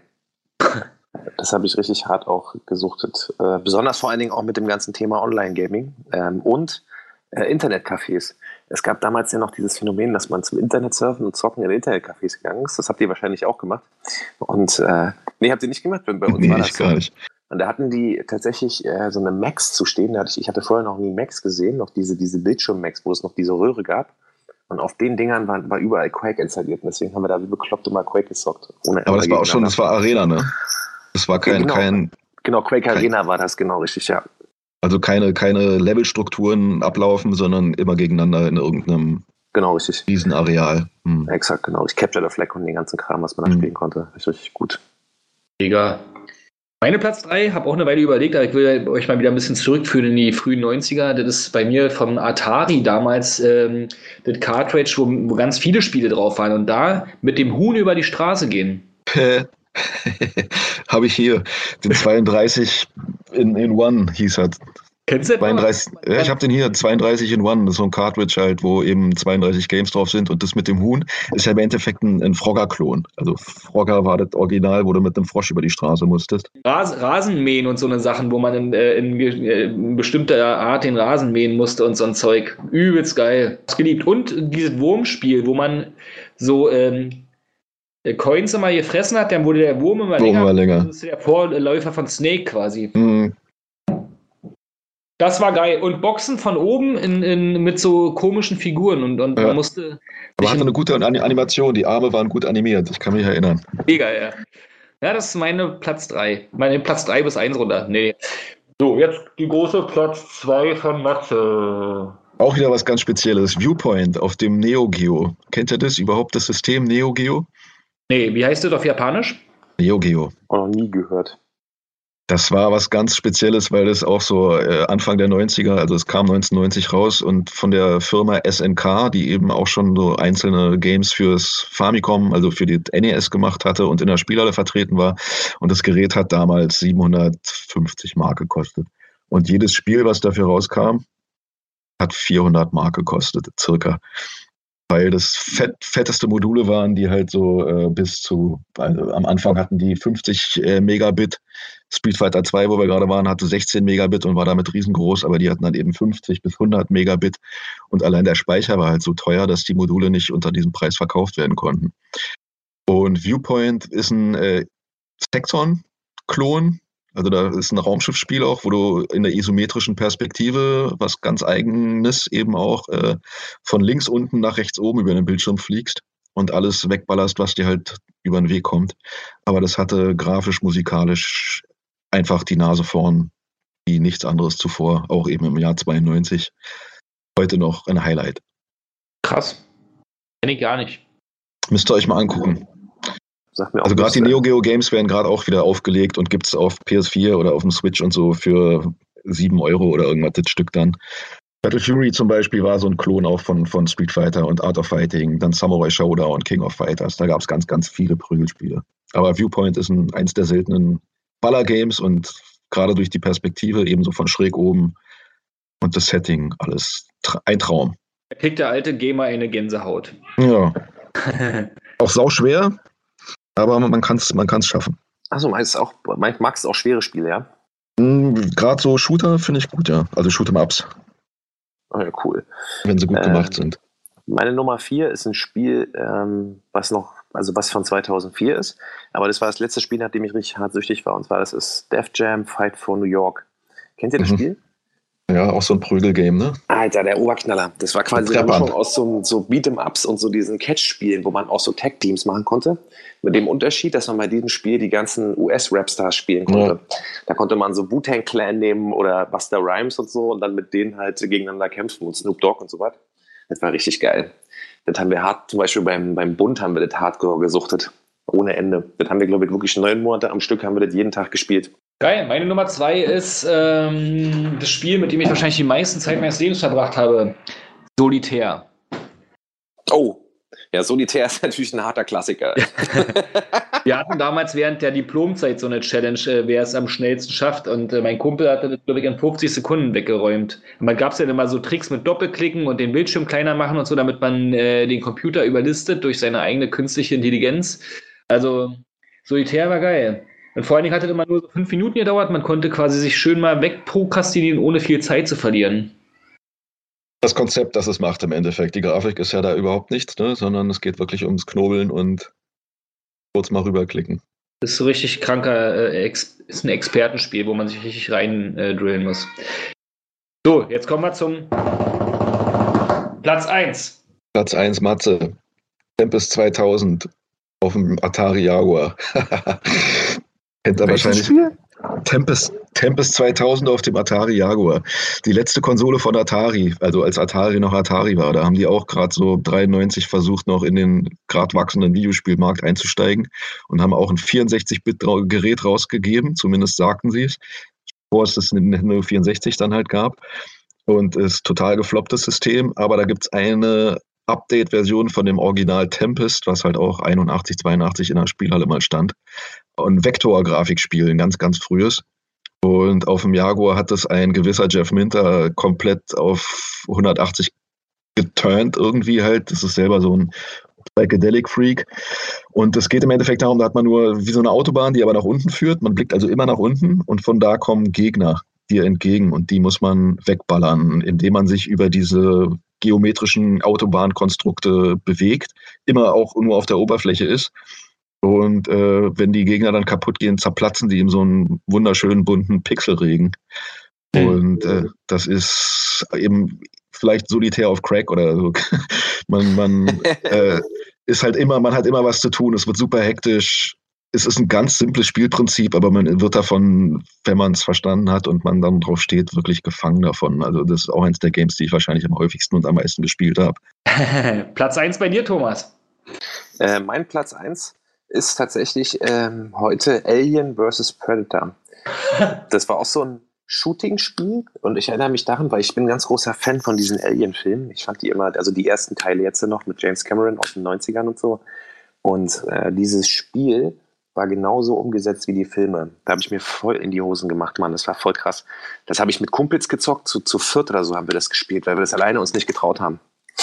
Das habe ich richtig hart auch gesuchtet. Äh, besonders vor allen Dingen auch mit dem ganzen Thema Online-Gaming. Ähm, und Äh, Internetcafés. Es gab damals ja noch dieses Phänomen, dass man zum Internetsurfen und Zocken in Internetcafés gegangen ist. Das habt ihr wahrscheinlich auch gemacht. Und äh, nee, habt ihr nicht gemacht? Bei uns Nee, war das ich so. gar nicht. Und da hatten die tatsächlich äh, so eine Max zu stehen. Da hatte ich, ich hatte vorher noch nie Max gesehen, noch diese, diese Bildschirm-Max, wo es noch diese Röhre gab. Und auf den Dingern war, war überall Quake installiert. Und deswegen haben wir da wie bekloppt immer Quake gezockt. Ohne Aber das war auch schon, das war Arena, ne? Das war kein, genau. kein, Genau, Quake kein, Arena war das, genau richtig, ja. also keine, keine Levelstrukturen ablaufen, sondern immer gegeneinander in irgendeinem Genau richtig. Riesenareal. Hm. Exakt, genau. Ich Capture the Flag und den ganzen Kram, was man da Hm. spielen konnte. Richtig, richtig gut. Mega. Meine Platz drei, habe auch eine Weile überlegt, aber ich will euch mal wieder ein bisschen zurückführen in die frühen neunziger. Das ist bei mir vom Atari damals ähm, das Cartridge, wo, wo ganz viele Spiele drauf waren. Und da mit dem Huhn über die Straße gehen. Habe ich hier den zweiunddreißig in, in One hieß er. Kennst du das? zweiunddreißig, ja, ich habe den hier, zweiunddreißig in One, das ist so ein Cartridge halt, wo eben zweiunddreißig Games drauf sind und das mit dem Huhn ist ja im Endeffekt ein, ein Frogger-Klon. Also Frogger war das Original, wo du mit einem Frosch über die Straße musstest. Ras Rasenmähen und so eine Sachen, wo man in, äh, in, äh, in bestimmter Art den Rasen mähen musste und so ein Zeug. Übelst geil. Das geliebt. Und dieses Wurmspiel, wo man so ähm, Coins immer gefressen hat, dann wurde der Wurm immer Wurm länger. war länger. Das ist der Vorläufer von Snake quasi. Mhm. Das war geil. Und Boxen von oben in, in, mit so komischen Figuren. Und, und Ja. man musste. Aber hatte eine gute An- Animation, die Arme waren gut animiert, ich kann mich erinnern. Mega, ja. Ja, das ist meine Platz drei. Meine Platz drei bis eins runter. Nee. So, jetzt die große Platz zwei von Matze. Auch wieder was ganz Spezielles. Viewpoint auf dem Neo Geo. Kennt ihr das überhaupt, das System Neo Geo? Nee, wie heißt das auf Japanisch? Neo Geo. Auch noch nie gehört. Das war was ganz Spezielles, weil es auch so äh, Anfang der neunziger, also es kam neunzehnhundertneunzig raus und von der Firma S N K, die eben auch schon so einzelne Games fürs Famicom, also für die N E S gemacht hatte und in der Spielhalle vertreten war. Und das Gerät hat damals siebenhundertfünfzig Mark gekostet. Und jedes Spiel, was dafür rauskam, hat vierhundert Mark gekostet, circa. Weil das fett, fetteste Module waren, die halt so äh, bis zu, also am Anfang hatten die fünfzig äh, Megabit. Street Fighter zwei, wo wir gerade waren, hatte sechzehn Megabit und war damit riesengroß, aber die hatten dann eben fünfzig bis hundert Megabit. Und allein der Speicher war halt so teuer, dass die Module nicht unter diesem Preis verkauft werden konnten. Und Viewpoint ist ein äh, Sekton-Klon. Also da ist ein Raumschiffspiel auch, wo du in der isometrischen Perspektive, was ganz Eigenes eben auch, äh, von links unten nach rechts oben über den Bildschirm fliegst und alles wegballerst, was dir halt über den Weg kommt. Aber das hatte grafisch, musikalisch einfach die Nase vorn wie nichts anderes zuvor, auch eben im Jahr zweiundneunzig. Heute noch ein Highlight. Krass. Kenn ich gar nicht. Müsst ihr euch mal angucken. Sagt mir auch Also gerade die nichts, Neo Geo Games werden gerade auch wieder aufgelegt und gibt es auf P S vier oder auf dem Switch und so für sieben Euro oder irgendwas das Stück dann. Battle Fury zum Beispiel war so ein Klon auch von, von Street Fighter und Art of Fighting, dann Samurai Showdown, King of Fighters. Da gab es ganz, ganz viele Prügelspiele. Aber Viewpoint ist ein, eins der seltenen Baller-Games und gerade durch die Perspektive ebenso von schräg oben und das Setting, alles tra- ein Traum. Da kriegt der alte Gamer eine Gänsehaut. Ja, auch sauschwer, aber man kann es man kann's schaffen. Achso, meinst du auch, magst du auch schwere Spiele, ja? Gerade so Shooter finde ich gut, ja. Also Shoot'em-Ups, Oh, ja, cool. wenn sie gut Äh, gemacht sind. Meine Nummer vier ist ein Spiel, ähm, was noch, also was von zweitausendvier ist. Aber das war das letzte Spiel, nachdem ich richtig hart süchtig war. Und zwar, das ist Def Jam Fight for New York. Kennt ihr das Mhm. Spiel? Ja, auch so ein Prügelgame, ne? Alter, der Oberknaller. Das war quasi eine Treppern. Mischung aus so, so Beat'em-Ups und so diesen Catch-Spielen, wo man auch so Tag-Teams machen konnte. Mit dem Unterschied, dass man bei diesem Spiel die ganzen U S-Rapstars spielen konnte. Ja. Da konnte man so Wu-Tang Clan nehmen oder Busta Rhymes und so und dann mit denen halt gegeneinander kämpfen und Snoop Dogg und so was. Das war richtig geil. Das haben wir hart, zum Beispiel beim, beim Bund haben wir das Hardcore gesuchtet. Ohne Ende. Das haben wir, glaube ich, wirklich neun Monate am Stück haben wir das jeden Tag gespielt. Geil. Meine Nummer zwei ist ähm, das Spiel, mit dem ich wahrscheinlich die meiste Zeit meines Lebens verbracht habe. Solitär. Oh, ja, Solitär ist natürlich ein harter Klassiker. Wir hatten damals während der Diplomzeit so eine Challenge, äh, wer es am schnellsten schafft. Und äh, mein Kumpel hatte das, glaube ich, in fünfzig Sekunden weggeräumt. Und man gab es ja immer so Tricks mit Doppelklicken und den Bildschirm kleiner machen und so, damit man äh, den Computer überlistet durch seine eigene künstliche Intelligenz. Also Solitär war geil. Und vor allen Dingen hat es immer nur so fünf Minuten gedauert. Man konnte quasi sich schön mal wegprokrastinieren, ohne viel Zeit zu verlieren. Das Konzept, das es macht im Endeffekt. Die Grafik ist ja da überhaupt nichts, ne? Sondern es geht wirklich ums Knobeln und kurz mal rüberklicken. Das ist so richtig kranker, äh, Ex- ist ein Expertenspiel, wo man sich richtig rein äh, drillen muss. So, jetzt kommen wir zum Platz eins. Platz eins, Matze. Tempest zweitausend auf dem Atari Jaguar. Kennt er wahrscheinlich. Spiel? Tempest, Tempest zweitausend auf dem Atari Jaguar. Die letzte Konsole von Atari, also als Atari noch Atari war. Da haben die auch gerade so dreiundneunzig versucht, noch in den gerade wachsenden Videospielmarkt einzusteigen und haben auch ein vierundsechzig-Bit-Gerät rausgegeben, zumindest sagten sie es, bevor es das Nintendo vierundsechzig dann halt gab. Und ist total geflopptes System, aber da gibt es eine Update-Version von dem Original Tempest, was halt auch einundachtzig, zweiundachtzig in der Spielhalle mal stand. Und Vektor-Grafikspiel, ein ganz, ganz frühes. Und auf dem Jaguar hat es ein gewisser Jeff Minter komplett auf hundertachtzig geturnt irgendwie halt. Das ist selber so ein Psychedelic-Freak. Und es geht im Endeffekt darum, da hat man nur wie so eine Autobahn, die aber nach unten führt. Man blickt also immer nach unten und von da kommen Gegner dir entgegen und die muss man wegballern, indem man sich über diese geometrischen Autobahnkonstrukte bewegt, immer auch nur auf der Oberfläche ist. Und äh, wenn die Gegner dann kaputt gehen, zerplatzen die in so einen wunderschönen bunten Pixelregen. Mhm. Und äh, das ist eben vielleicht solitär auf Crack oder so. man man äh, ist halt immer, man hat immer was zu tun. Es wird super hektisch. Es ist ein ganz simples Spielprinzip, aber man wird davon, wenn man es verstanden hat und man dann drauf steht, wirklich gefangen davon. Also das ist auch eins der Games, die ich wahrscheinlich am häufigsten und am meisten gespielt habe. Platz eins bei dir, Thomas. Äh, mein Platz eins ist tatsächlich ähm, heute Alien versus. Predator. Das war auch so ein Shooting-Spiel und ich erinnere mich daran, weil ich bin ein ganz großer Fan von diesen Alien-Filmen. Ich fand die immer, also die ersten Teile jetzt noch mit James Cameron aus den neunzigern und so. Und äh, dieses Spiel war genauso umgesetzt wie die Filme. Da habe ich mir voll in die Hosen gemacht, Mann. Das war voll krass. Das habe ich mit Kumpels gezockt, zu, zu viert oder so haben wir das gespielt, weil wir das alleine uns nicht getraut haben.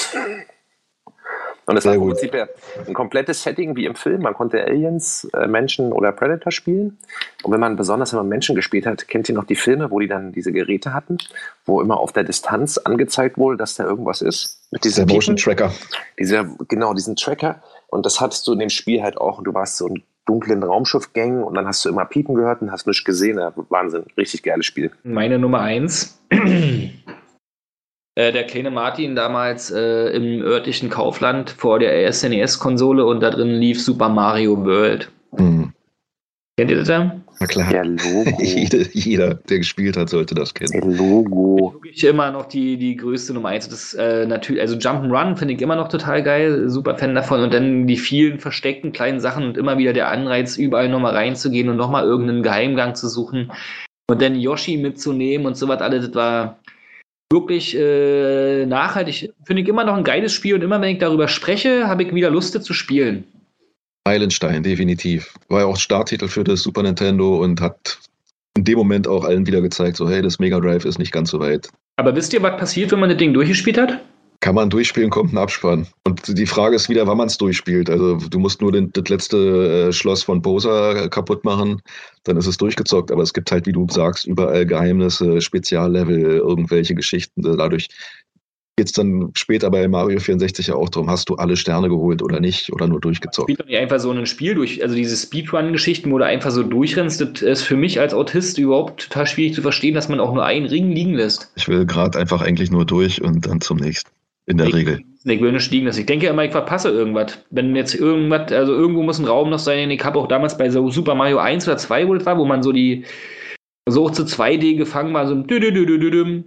Und das war im Prinzip ja ein komplettes Setting wie im Film. Man konnte Aliens, äh, Menschen oder Predator spielen. Und wenn man, besonders wenn man Menschen gespielt hat, kennt ihr noch die Filme, wo die dann diese Geräte hatten, wo immer auf der Distanz angezeigt wurde, dass da irgendwas ist? Mit diesem der Motion Tracker. Dieser, genau, diesen Tracker. Und das hattest du in dem Spiel halt auch. Und du warst so in dunklen Raumschiffgängen und dann hast du immer Piepen gehört und hast nichts gesehen. Ja, Wahnsinn, richtig geiles Spiel. Meine Nummer eins. äh, der kleine Martin damals äh, im örtlichen Kaufland vor der S N E S-Konsole und da drin lief Super Mario World. Hm. Kennt ihr das da? Na klar. Der Logo. jeder, jeder, der gespielt hat, sollte das kennen. Der Logo. Wirklich immer noch die, die größte Nummer eins. Das, äh, natürlich, also Jump'n'Run finde ich immer noch total geil, super Fan davon. Und dann die vielen versteckten kleinen Sachen und immer wieder der Anreiz, überall nochmal reinzugehen und nochmal irgendeinen Geheimgang zu suchen. Und dann Yoshi mitzunehmen und sowas alles, das war wirklich äh, nachhaltig. Finde ich immer noch ein geiles Spiel und immer wenn ich darüber spreche, habe ich wieder Lust das zu spielen. Meilenstein, definitiv. War ja auch Starttitel für das Super Nintendo und hat in dem Moment auch allen wieder gezeigt, so hey, das Mega Drive ist nicht ganz so weit. Aber wisst ihr, was passiert, wenn man das Ding durchgespielt hat? Kann man durchspielen, kommt ein Abspann. Und die Frage ist wieder, wann man es durchspielt. Also du musst nur den, das letzte äh, Schloss von Bowser kaputt machen, dann ist es durchgezockt. Aber es gibt halt, wie du sagst, überall Geheimnisse, Speziallevel, irgendwelche Geschichten. Dadurch geht es dann später bei Mario vierundsechzig ja auch darum, hast du alle Sterne geholt oder nicht oder nur durchgezockt. Spielt doch nicht einfach so ein Spiel durch, also diese Speedrun-Geschichten, wo du einfach so durchrennst, das ist für mich als Autist überhaupt total schwierig zu verstehen, dass man auch nur einen Ring liegen lässt. Ich will gerade einfach eigentlich nur durch und dann zum nächsten, in der ich, Regel. Ich will nicht liegen lassen. Ich denke immer, ich verpasse irgendwas. Wenn jetzt irgendwas, also irgendwo muss ein Raum noch sein, ich habe auch damals bei so Super Mario eins oder zwei, wo das war, wo man so die, so auch zu zwei D gefangen war, so ein Dü-Dü-Dü-Dü-Dü-Düm.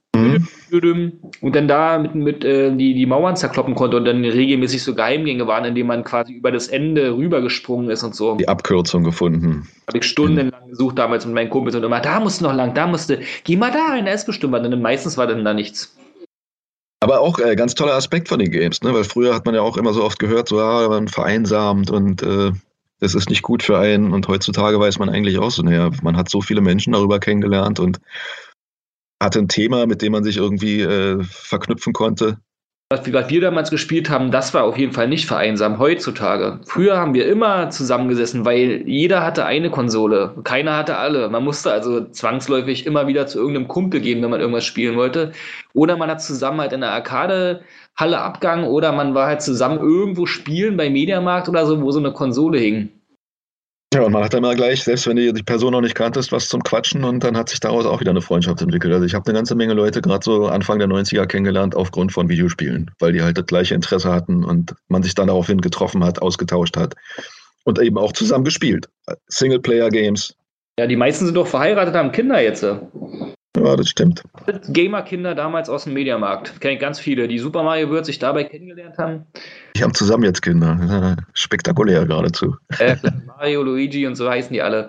Und dann da mit, mit äh, die, die Mauern zerkloppen konnte und dann regelmäßig so Geheimgänge waren, indem man quasi über das Ende rübergesprungen ist und so. Die Abkürzung gefunden. Habe ich stundenlang gesucht damals mit meinen Kumpels und immer, da musst du noch lang, da musst du, geh mal da rein, da ist bestimmt was. Und dann meistens war dann da nichts. Aber auch äh, ganz toller Aspekt von den Games, ne? Weil früher hat man ja auch immer so oft gehört, so ja, man vereinsamt und äh, das ist nicht gut für einen. Und heutzutage weiß man eigentlich auch so, naja, man hat so viele Menschen darüber kennengelernt und hatte ein Thema, mit dem man sich irgendwie äh, verknüpfen konnte. was, was wir damals gespielt haben, das war auf jeden Fall nicht vereinsam. Heutzutage. Früher haben wir immer zusammengesessen, weil jeder hatte eine Konsole. Keiner hatte alle. Man musste also zwangsläufig immer wieder zu irgendeinem Kumpel gehen, wenn man irgendwas spielen wollte. Oder man hat zusammen halt in der Arcade-Halle abgegangen oder man war halt zusammen irgendwo spielen bei Mediamarkt oder so, wo so eine Konsole hing. Ja, und man hat dann mal gleich, selbst wenn du die Person noch nicht kanntest, was zum Quatschen und dann hat sich daraus auch wieder eine Freundschaft entwickelt. Also ich habe eine ganze Menge Leute gerade so Anfang der neunziger kennengelernt aufgrund von Videospielen, weil die halt das gleiche Interesse hatten und man sich dann daraufhin getroffen hat, ausgetauscht hat und eben auch zusammen gespielt. Singleplayer-Games. Ja, die meisten sind doch verheiratet, haben Kinder jetzt. Ja, das stimmt. Gamer-Kinder damals aus dem Mediamarkt. Kenne ich ganz viele, die Super Mario World sich dabei kennengelernt haben. Die haben zusammen jetzt Kinder. Spektakulär geradezu. Äh, Mario, Luigi und so heißen die alle.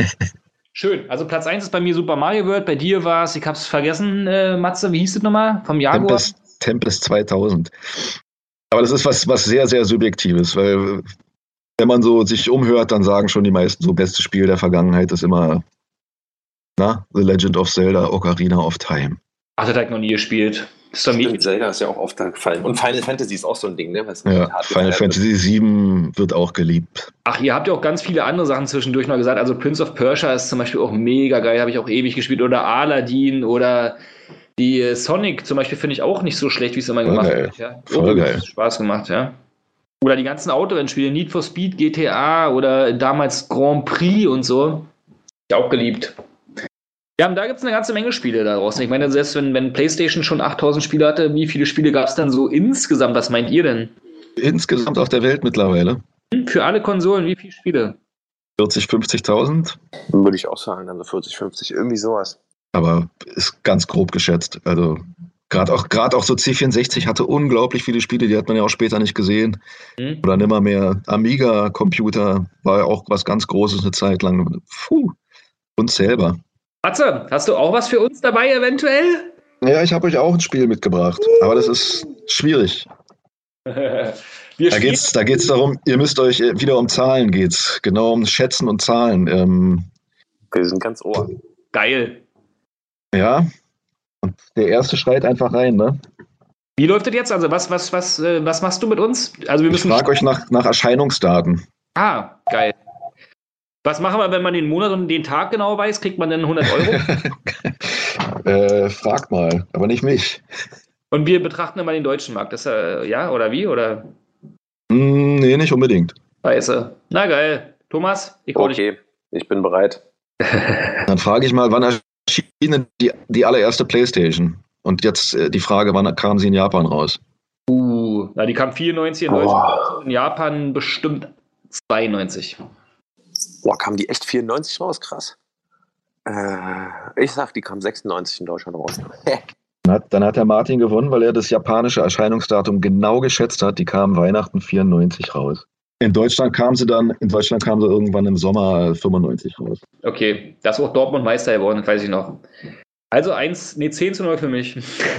Schön. Also Platz eins ist bei mir Super Mario World. Bei dir war es, ich hab's vergessen, äh, Matze, wie hieß das nochmal? Vom Jaguar? Tempest, Tempest zweitausend. Aber das ist was, was sehr, sehr Subjektives, weil wenn man so sich umhört, dann sagen schon die meisten, so beste Spiel der Vergangenheit ist immer na, The Legend of Zelda, Ocarina of Time. Ach, das hat ich noch nie gespielt. Das ist Stimmt, Zelda ist ja auch oft gefallen. Und Final Fantasy ist auch so ein Ding, ne? Was ja, Final Fantasy sieben wird auch geliebt. Ach, ihr habt ja auch ganz viele andere Sachen zwischendurch mal gesagt. Also Prince of Persia ist zum Beispiel auch mega geil, habe ich auch ewig gespielt. Oder Aladdin oder die äh, Sonic zum Beispiel finde ich auch nicht so schlecht, wie es immer Voll gemacht geil. wird. Ja. Voll oh, geil. Spaß gemacht, ja. Oder die ganzen Autorennspiele, Need for Speed, G T A oder damals Grand Prix und so. Ich auch geliebt. Ja, und da gibt es eine ganze Menge Spiele da draußen. Ich meine, selbst wenn, wenn PlayStation schon achttausend Spiele hatte, wie viele Spiele gab es dann so insgesamt? Was meint ihr denn? Insgesamt auf der Welt mittlerweile? Für alle Konsolen, wie viele Spiele? vierzig, fünfzigtausend? Würde ich auch sagen, also vierzig, fünfzig, irgendwie sowas. Aber ist ganz grob geschätzt. Also gerade auch, gerade auch so C vierundsechzig hatte unglaublich viele Spiele, die hat man ja auch später nicht gesehen. Hm. Oder nimmer mehr. Amiga-Computer war ja auch was ganz Großes eine Zeit lang. Puh, unzählbar. Matze, hast du auch was für uns dabei eventuell? Ja, ich habe euch auch ein Spiel mitgebracht, aber das ist schwierig. Wir da geht es da geht's darum, ihr müsst euch, wieder um Zahlen geht's, genau um Schätzen und Zahlen. Ähm, Wir sind ganz ohr. Geil. Ja, und der Erste schreit einfach rein, ne? Wie läuft das jetzt? Also was, was, was, äh, was machst du mit uns? Also wir müssen ich frage euch nach, nach Erscheinungsdaten. Ah, geil. Was machen wir, wenn man den Monat und den Tag genau weiß? Kriegt man dann hundert Euro? äh, fragt mal, aber nicht mich. Und wir betrachten immer den deutschen Markt. Das, äh, ja, oder wie? Oder? Mm, nee, nicht unbedingt. Scheiße. Na geil. Thomas, ich hol dich. Okay, ich bin bereit. Dann frage ich mal, wann erschien die, die allererste PlayStation? Und jetzt äh, die Frage, wann kam sie in Japan raus? Uh, na, die kam vierundneunzig in Deutschland, oh. In Japan bestimmt zweiundneunzig. Boah, kam die echt vierundneunzig raus? Krass. Äh, ich sag, die kam sechsundneunzig in Deutschland raus. dann, hat, dann hat der Martin gewonnen, weil er das japanische Erscheinungsdatum genau geschätzt hat. Die kam Weihnachten vierundneunzig raus. In Deutschland kam sie dann, in Deutschland kam sie irgendwann im Sommer fünfundneunzig raus. Okay, das ist auch Dortmund Meister geworden, weiß ich noch. Also eins, nee, zehn zu null für mich.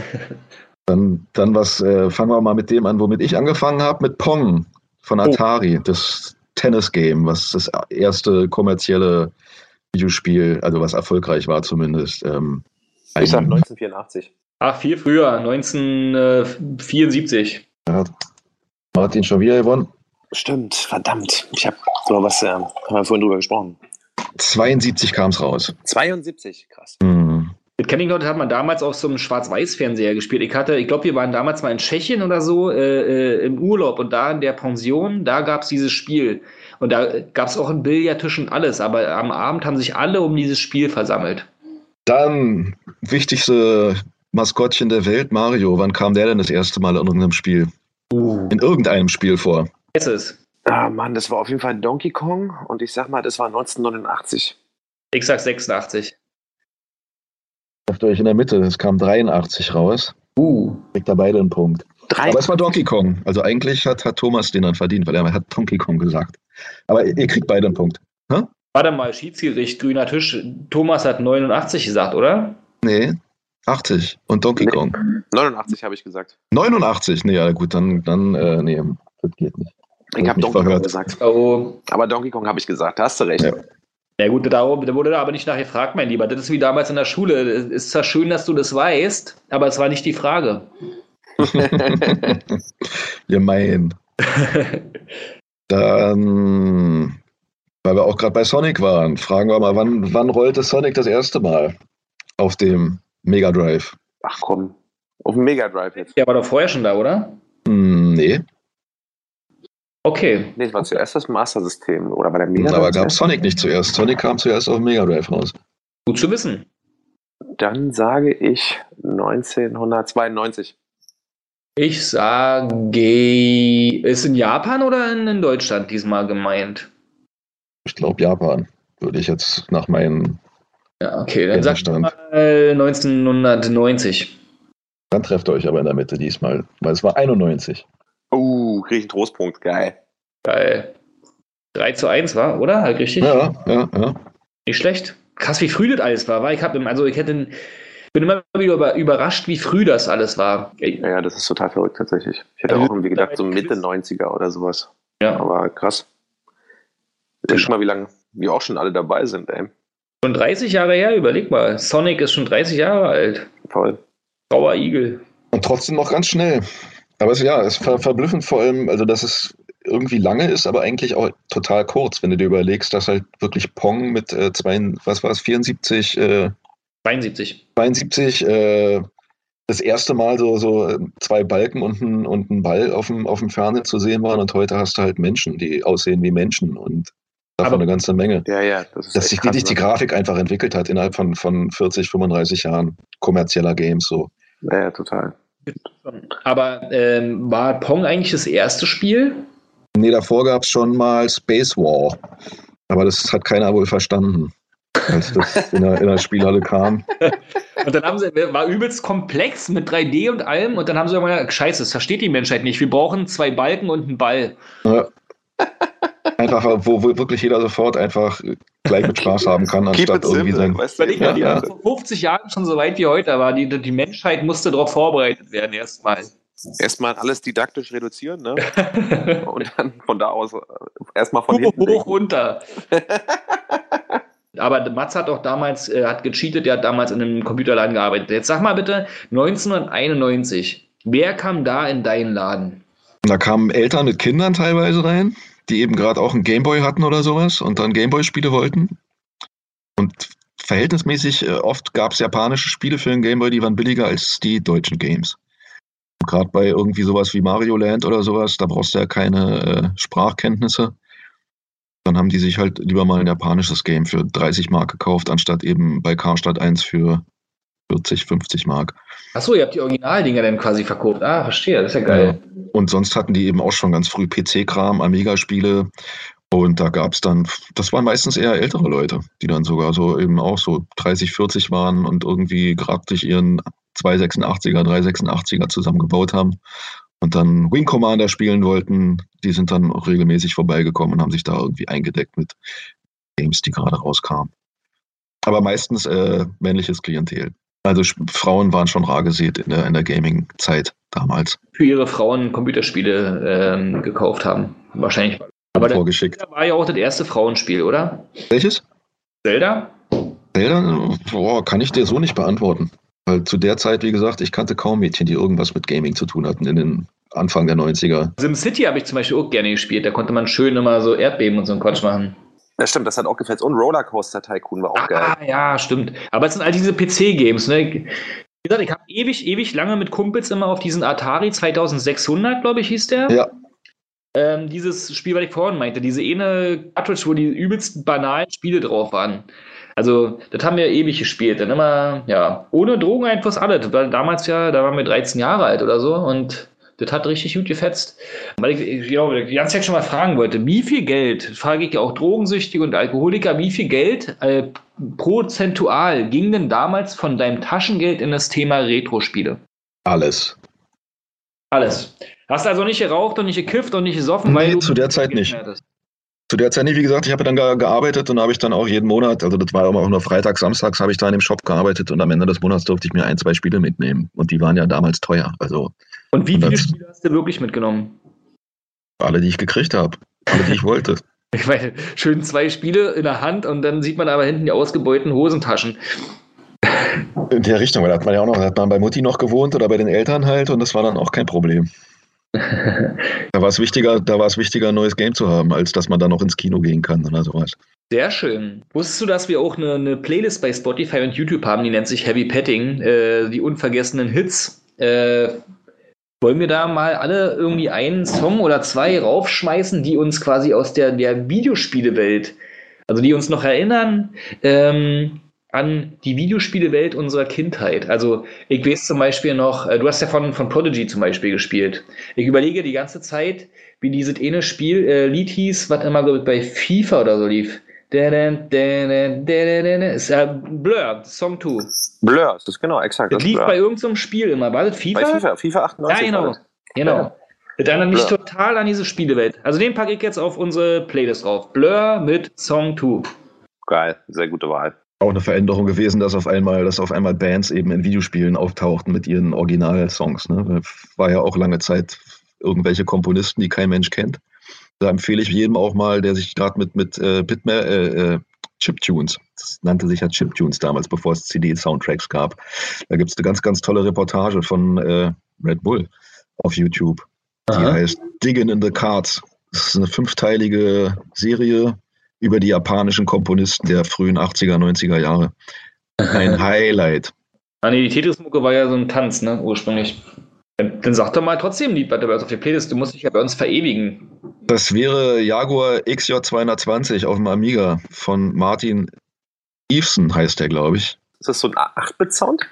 Dann, dann was, äh, fangen wir mal mit dem an, womit ich angefangen habe, mit Pong von Atari. Oh. Das Tennis-Game, was das erste kommerzielle Videospiel, also was erfolgreich war zumindest. Ähm, ich sag neunzehnhundertvierundachtzig. Ach, viel früher, neunzehnhundertvierundsiebzig. Ja, Martin schon wieder gewonnen. Stimmt, verdammt. Ich habe so was, äh, haben wir vorhin drüber gesprochen. zweiundsiebzig kam es raus. zweiundsiebzig, krass. Mhm. Mit kenne ich noch, das hat man damals auf so einem Schwarz-Weiß-Fernseher gespielt. Ich hatte, ich glaube, wir waren damals mal in Tschechien oder so äh, äh, im Urlaub und da in der Pension, da gab es dieses Spiel. Und da gab es auch einen Billardtisch und alles, aber am Abend haben sich alle um dieses Spiel versammelt. Dann, wichtigste Maskottchen der Welt, Mario. Wann kam der denn das erste Mal in irgendeinem Spiel? Uh. In irgendeinem Spiel vor? Ist es. Ah, Mann, das war auf jeden Fall Donkey Kong und ich sag mal, das war neunzehnhundertneunundachtzig. Ich sag sechsundachtzig. Trefft euch in der Mitte, es kam dreiundachtzig raus. Uh. Kriegt da beide einen Punkt. Drei. Aber es war Donkey Kong. Also eigentlich hat, hat Thomas den dann verdient, weil er hat Donkey Kong gesagt. Aber ihr kriegt beide einen Punkt. Hm? Warte mal, Schiedsgericht, grüner Tisch. Thomas hat neunundachtzig gesagt, oder? Nee, achtzig. Und Donkey nee. Kong. neunundachtzig habe ich gesagt. neunundachtzig? Nee, ja gut, dann, dann äh, nee, das geht nicht. Ich habe Donkey verhört. Kong gesagt. Oh. Aber Donkey Kong habe ich gesagt, da hast du recht. Ja. Ja gut, darum, da wurde da aber nicht nachgefragt, mein Lieber. Das ist wie damals in der Schule. Es ist zwar schön, dass du das weißt, aber es war nicht die Frage. Gemein. Dann, weil wir auch gerade bei Sonic waren, fragen wir mal, wann, wann rollte Sonic das erste Mal auf dem Mega Drive? Ach komm, auf dem Mega Drive jetzt. Der war doch vorher schon da, oder? Hm, nee. Okay. Nee, das war zuerst das Master-System. Oder war der Mega Drive? Aber gab Sonic nicht zuerst. Sonic kam zuerst auf dem Mega Drive raus. Gut zu wissen. Dann sage ich neunzehnhundertzweiundneunzig. Ich sage, ist in Japan oder in, in Deutschland diesmal gemeint? Ich glaube Japan, würde ich jetzt nach meinen... Ja, okay, dann sag ich Stand. mal neunzehnhundertneunzig. Dann trefft ihr euch aber in der Mitte diesmal, weil es war einundneunzig. Uh, kriege ich einen Trostpunkt, geil. Geil. drei zu eins war, oder? Halt richtig? Ja, ja, ja. Nicht schlecht. Krass, wie früh das alles war. war ich hab, also ich hätte, bin immer wieder über, überrascht, wie früh das alles war. Ja, ja, das ist total verrückt tatsächlich. Ich hätte Also, auch irgendwie gedacht, so Mitte neunziger oder sowas. Ja. Aber krass. Ja, schon mal, wie lange wir auch schon alle dabei sind, ey. Schon dreißig Jahre her, überleg mal. Sonic ist schon dreißig Jahre alt. Toll. Grauer Igel. Und trotzdem noch ganz schnell. Aber es, ja, es ist ver verblüffend vor allem, also dass es irgendwie lange ist, aber eigentlich auch total kurz, wenn du dir überlegst, dass halt wirklich Pong mit äh, zwei, was war es, vierundsiebzig, äh, zweiundsiebzig. zweiundsiebzig, äh, das erste Mal so, so zwei Balken und ein, und ein Ball auf dem, auf dem Fernsehen zu sehen waren und heute hast du halt Menschen, die aussehen wie Menschen und davon Aber- eine ganze Menge. Ja, ja. Das ist Dass echt sich krass, die, die ne? Grafik einfach entwickelt hat innerhalb von, von vierzig, fünfunddreißig Jahren kommerzieller Games so. Ja, ja, total. Aber ähm, war Pong eigentlich das erste Spiel? Nee, davor gab es schon mal Space War. Aber das hat keiner wohl verstanden, als das in der, in der Spielhalle kam. Und dann haben sie, war übelst komplex mit drei D und allem und dann haben sie irgendwann gesagt, scheiße, das versteht die Menschheit nicht. Wir brauchen zwei Balken und einen Ball. Ja. Einfach, wo, wo wirklich jeder sofort einfach gleich mit Spaß haben kann, Keep anstatt it irgendwie simple, sein. weißt du? Überleg mal, Ja, die ja. waren vor fünfzig Jahren schon so weit wie heute war. Die, die Menschheit musste darauf vorbereitet werden erstmal. Erstmal alles didaktisch reduzieren, ne? Und dann von da aus äh, erstmal von Hoch, hinten. hoch, denken. runter. Aber Mats hat auch damals, äh, hat gecheatet, der hat damals in einem Computerladen gearbeitet. Jetzt sag mal bitte, neunzehnhunderteinundneunzig, wer kam da in deinen Laden? Da kamen Eltern mit Kindern teilweise rein, die eben gerade auch einen Gameboy hatten oder sowas und dann Gameboy-Spiele wollten. Und verhältnismäßig äh, oft gab es japanische Spiele für den Gameboy, die waren billiger als die deutschen Games. Gerade bei irgendwie sowas wie Mario Land oder sowas, da brauchst du ja keine äh, Sprachkenntnisse. Dann haben die sich halt lieber mal ein japanisches Game für dreißig Mark gekauft, anstatt eben bei Karstadt eins für vierzig, fünfzig Mark. Achso, ihr habt die Originaldinger dann quasi verkauft. Ah, verstehe, das ist ja geil. Ja. Und sonst hatten die eben auch schon ganz früh P C-Kram, Amiga-Spiele. Und da gab es dann, das waren meistens eher ältere Leute, die dann sogar so eben auch so dreißig, vierzig waren und irgendwie gerade sich ihren zweihundertsechsundachtziger, dreihundertsechsundachtziger zusammengebaut haben und dann Wing Commander spielen wollten. Die sind dann auch regelmäßig vorbeigekommen und haben sich da irgendwie eingedeckt mit Games, die gerade rauskamen. Aber meistens äh, männliches Klientel. Also Sch- Frauen waren schon rar gesät in der, in der Gaming-Zeit damals. Für ihre Frauen Computerspiele ähm, gekauft haben. Wahrscheinlich. Aber das Vorgeschickt. war ja auch das erste Frauenspiel, oder? Welches? Zelda? Zelda? Boah, kann ich dir so nicht beantworten. Weil zu der Zeit, wie gesagt, ich kannte kaum Mädchen, die irgendwas mit Gaming zu tun hatten in den Anfang der neunziger. SimCity habe ich zum Beispiel auch gerne gespielt. Da konnte man schön immer so Erdbeben und so einen Quatsch machen. Ja, stimmt, das hat auch gefällt. Und Rollercoaster Tycoon war auch geil. Ah, ja, stimmt. Aber es sind all diese P C-Games, ne? Wie gesagt, ich habe ewig, ewig lange mit Kumpels immer auf diesen Atari zweitausendsechshundert, glaube ich, hieß der. Ja. Ähm, dieses Spiel, was ich vorhin meinte, diese eine Cartridge, wo die übelst banalen Spiele drauf waren. Also, das haben wir ewig gespielt. Dann immer, ja, ohne Drogeneinfluss alles. Weil damals ja, da waren wir dreizehn Jahre alt oder so und das hat richtig gut gefetzt. Weil ich, ich glaube, die ganze Zeit schon mal fragen wollte, wie viel Geld, frage ich ja auch Drogensüchtige und Alkoholiker, wie viel Geld äh, prozentual ging denn damals von deinem Taschengeld in das Thema Retro-Spiele? Alles. Alles. Hast also nicht geraucht und nicht gekifft und nicht gesoffen, Nee, weil du zu der Zeit Geld nicht. mehr hattest? Zu der Zeit nicht, wie gesagt, ich habe dann ge gearbeitet und da habe ich dann auch jeden Monat, also das war immer auch nur freitags, samstags, habe ich da in dem Shop gearbeitet und am Ende des Monats durfte ich mir ein, zwei Spiele mitnehmen. Und die waren ja damals teuer. Also Und wie Und viele das- Spiele hast du wirklich mitgenommen? alle, die ich gekriegt habe. Alle, die ich wollte. Ich meine, schön zwei Spiele in der Hand und dann sieht man aber hinten die ausgebeuten Hosentaschen. In der Richtung, weil da hat man ja auch noch, da hat man bei Mutti noch gewohnt oder bei den Eltern halt und das war dann auch kein Problem. Da war es wichtiger, da war es wichtiger, ein neues Game zu haben, als dass man dann noch ins Kino gehen kann oder sowas. Sehr schön. Wusstest du, dass wir auch eine, eine Playlist bei Spotify und YouTube haben, die nennt sich Heavy Petting, äh, die unvergessenen Hits? Äh, wollen wir da mal alle irgendwie einen Song oder zwei raufschmeißen, die uns quasi aus der, der Videospielewelt, also die uns noch erinnern, ähm, an die Videospielewelt unserer Kindheit. Also ich weiß zum Beispiel noch, äh, du hast ja von, von Prodigy zum Beispiel gespielt. Ich überlege die ganze Zeit, wie dieses eine Spiel, äh, Lied hieß, was immer glaub ich, bei FIFA oder so lief. Ist ja Blur, Song zwei. Blur, das ist genau, exakt. Das, das lief Blur. bei irgendeinem Spiel immer. War das FIFA? Bei FIFA, FIFA achtundneunzig. Ja, genau. war das. genau. Ja. Das erinnert mich Blur. total an diese Spielewelt. Also den packe ich jetzt auf unsere Playlist drauf. Blur mit Song zwei. Geil, sehr gute Wahl. Auch eine Veränderung gewesen, dass auf einmal, dass auf einmal Bands eben in Videospielen auftauchten mit ihren Originalsongs. Ne? War ja auch lange Zeit irgendwelche Komponisten, die kein Mensch kennt. Da empfehle ich jedem auch mal, der sich gerade mit, mit äh, Bitma- äh, äh, Chiptunes, das nannte sich ja Chiptunes damals, bevor es C D-Soundtracks gab. Da gibt es eine ganz, ganz tolle Reportage von äh, Red Bull auf YouTube. Die Aha. heißt Diggin' in the Cards. Das ist eine fünfteilige Serie über die japanischen Komponisten der frühen achtziger, neunziger Jahre. Ein Highlight. Ah, nee, die Tetris-Mucke war ja so ein Tanz, ne, ursprünglich. Dann, dann sag doch mal trotzdem ein Lied, was dabei ist auf der Playlist. Du musst dich ja bei uns verewigen. Das wäre Jaguar X J zweihundertzwanzig auf dem Amiga von Martin Eveson, heißt der, glaube ich. Ist das so ein acht-Bit-Sound?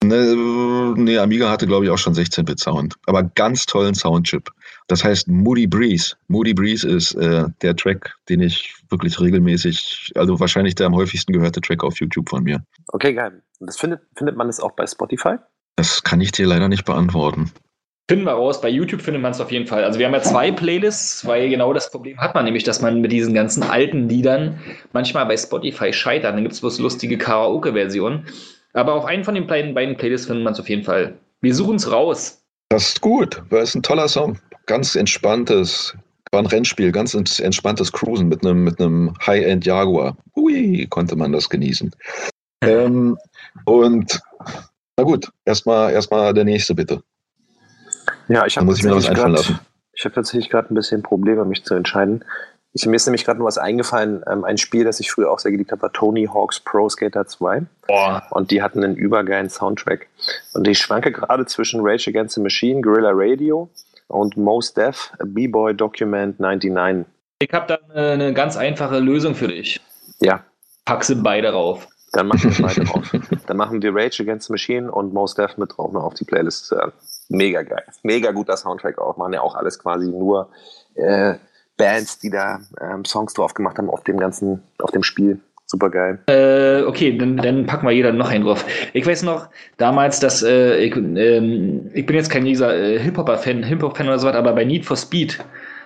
Ne, nee, Amiga hatte, glaube ich, auch schon sechzehn-Bit-Sound. Aber ganz tollen Soundchip. Das heißt Moody Breeze. Moody Breeze ist äh, der Track, den ich wirklich regelmäßig, also wahrscheinlich der am häufigsten gehörte Track auf YouTube von mir. Okay, geil. Und das findet, findet man das auch bei Spotify? Das kann ich dir leider nicht beantworten. Finden wir raus. Bei YouTube findet man es auf jeden Fall. Also wir haben ja zwei Playlists, weil genau das Problem hat man nämlich, dass man mit diesen ganzen alten Liedern manchmal bei Spotify scheitert. Dann gibt es bloß lustige Karaoke-Versionen. Aber auf einen von den beiden, beiden Playlists findet man es auf jeden Fall. Wir suchen es raus. Das ist gut, weil es ein toller Song. Ganz entspanntes, war ein Rennspiel, ganz entspanntes Cruisen mit einem mit einem High-End Jaguar. Ui, konnte man das genießen. ähm, und na gut, erstmal erstmal der nächste bitte. Ja, ich Da habe muss ich mir noch was tatsächlich einfallen grad- lassen. ich habe tatsächlich gerade ein bisschen Probleme, mich zu entscheiden. Ich, mir ist nämlich gerade noch was eingefallen. Ähm, ein Spiel, das ich früher auch sehr geliebt habe, war Tony Hawk's Pro Skater zwei. Boah. Und die hatten einen übergeilen Soundtrack. Und ich schwanke gerade zwischen Rage Against the Machine, Guerrilla Radio und Mos Def, B-Boy Document neunundneunzig. Ich habe da eine, eine ganz einfache Lösung für dich. Ja, Pack sie beide rauf. dann machen wir weiter drauf. Dann machen wir Rage Against the Machine und Mos Def mit drauf noch auf die Playlist. Äh, Mega geil. Mega guter Soundtrack auch. Machen ja auch alles quasi nur äh, Bands, die da ähm, Songs drauf gemacht haben auf dem ganzen, auf dem Spiel. Super geil. Äh, okay, dann, dann packen wir jeder noch einen drauf. Ich weiß noch damals, dass äh, ich, ähm, ich bin jetzt kein dieser äh, Hip-Hopper-Fan, Hip-Hop-Fan oder so was, aber bei Need for Speed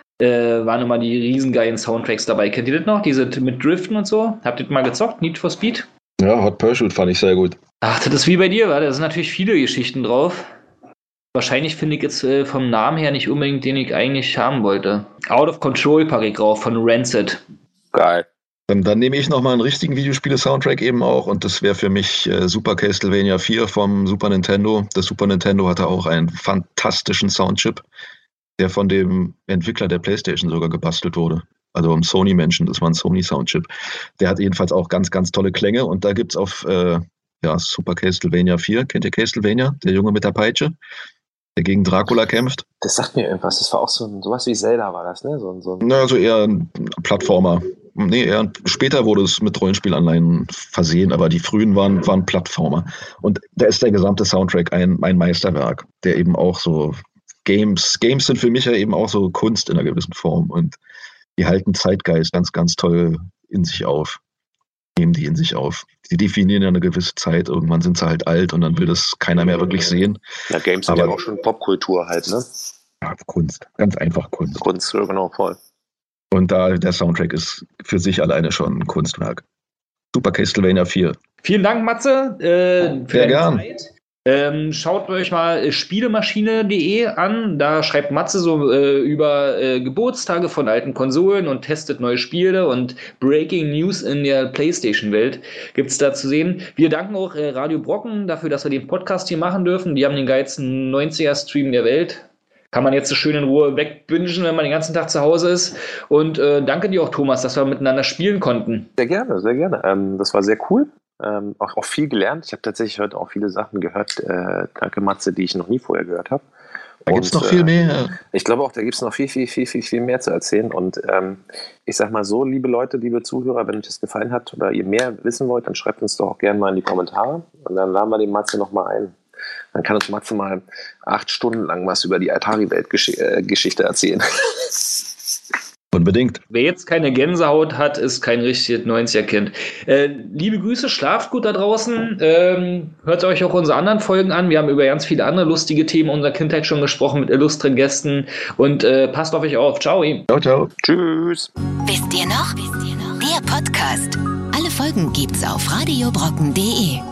äh, waren immer die riesengeilen Soundtracks dabei. Kennt ihr das noch? Diese mit Driften und so? Habt ihr das mal gezockt, Need for Speed? Ja, Hot Pursuit fand ich sehr gut. Ach, das ist wie bei dir, wa? Da sind natürlich viele Geschichten drauf. Wahrscheinlich finde ich jetzt äh, vom Namen her nicht unbedingt, den ich eigentlich haben wollte. Out of Control packe ich drauf von Rancid. Geil. Dann, dann nehme ich nochmal einen richtigen Videospiele-Soundtrack eben auch und das wäre für mich äh, Super Castlevania vier vom Super Nintendo. Das Super Nintendo hatte auch einen fantastischen Soundchip, der von dem Entwickler der PlayStation sogar gebastelt wurde. Also um Sony-Menschen, das war ein Sony-Soundchip. Der hat jedenfalls auch ganz, ganz tolle Klänge und da gibt es auf äh, ja, Super Castlevania vier, kennt ihr Castlevania? Der Junge mit der Peitsche, der gegen Dracula kämpft. Das sagt mir irgendwas. Das war auch so ein, sowas wie Zelda war das, ne? So, ein- so ein Na, also eher ein Plattformer. Nee, eher, später wurde es mit Rollenspielanleihen versehen, aber die frühen waren, waren Plattformer. Und da ist der gesamte Soundtrack ein, ein Meisterwerk, der eben auch so Games, Games sind für mich ja eben auch so Kunst in einer gewissen Form und die halten Zeitgeist ganz, ganz toll in sich auf. Nehmen die in sich auf. Die definieren ja eine gewisse Zeit, irgendwann sind sie halt alt und dann will das keiner mehr wirklich sehen. ja, Games sind ja Aber- auch schon Popkultur halt, ne? Ja, Kunst, ganz einfach Kunst. Kunst, ja, genau, voll. Und da der Soundtrack ist für sich alleine schon ein Kunstwerk. Super Castlevania vier. Vielen Dank, Matze, äh, für Sehr deine gern. Zeit. Ähm, schaut euch mal spielemaschine punkt de an. Da schreibt Matze so äh, über äh, Geburtstage von alten Konsolen und testet neue Spiele und Breaking News in der PlayStation-Welt gibt's da zu sehen. Wir danken auch äh, Radio Brocken dafür, dass wir den Podcast hier machen dürfen. Die haben den geilsten neunziger-Stream der Welt. Kann man jetzt so schön in Ruhe wegbingen, wenn man den ganzen Tag zu Hause ist. Und äh, danke dir auch, Thomas, dass wir miteinander spielen konnten. Sehr gerne, sehr gerne. Ähm, das war sehr cool. Ähm, auch, auch viel gelernt. Ich habe tatsächlich heute auch viele Sachen gehört, äh, danke Matze, die ich noch nie vorher gehört habe. Da gibt es noch viel äh, mehr. Ich glaube auch, da gibt es noch viel, viel, viel, viel, viel mehr zu erzählen. Und ähm, ich sag mal so, liebe Leute, liebe Zuhörer, wenn euch das gefallen hat oder ihr mehr wissen wollt, dann schreibt uns doch auch gerne mal in die Kommentare. Und dann laden wir den Matze nochmal ein. Dann kann uns Matze mal acht Stunden lang was über die Atari-Weltgeschichte erzählen. Unbedingt. Wer jetzt keine Gänsehaut hat, ist kein richtiges neunziger-Kind. Äh, liebe Grüße, schlaft gut da draußen. Ähm, hört euch auch unsere anderen Folgen an. Wir haben über ganz viele andere lustige Themen unserer Kindheit schon gesprochen mit illustren Gästen. Und äh, passt auf euch auf. Ciao. Ciao, ciao. Tschüss. Wisst ihr noch? Wisst ihr noch? Der Podcast. Alle Folgen gibt's auf radiobrocken punkt de.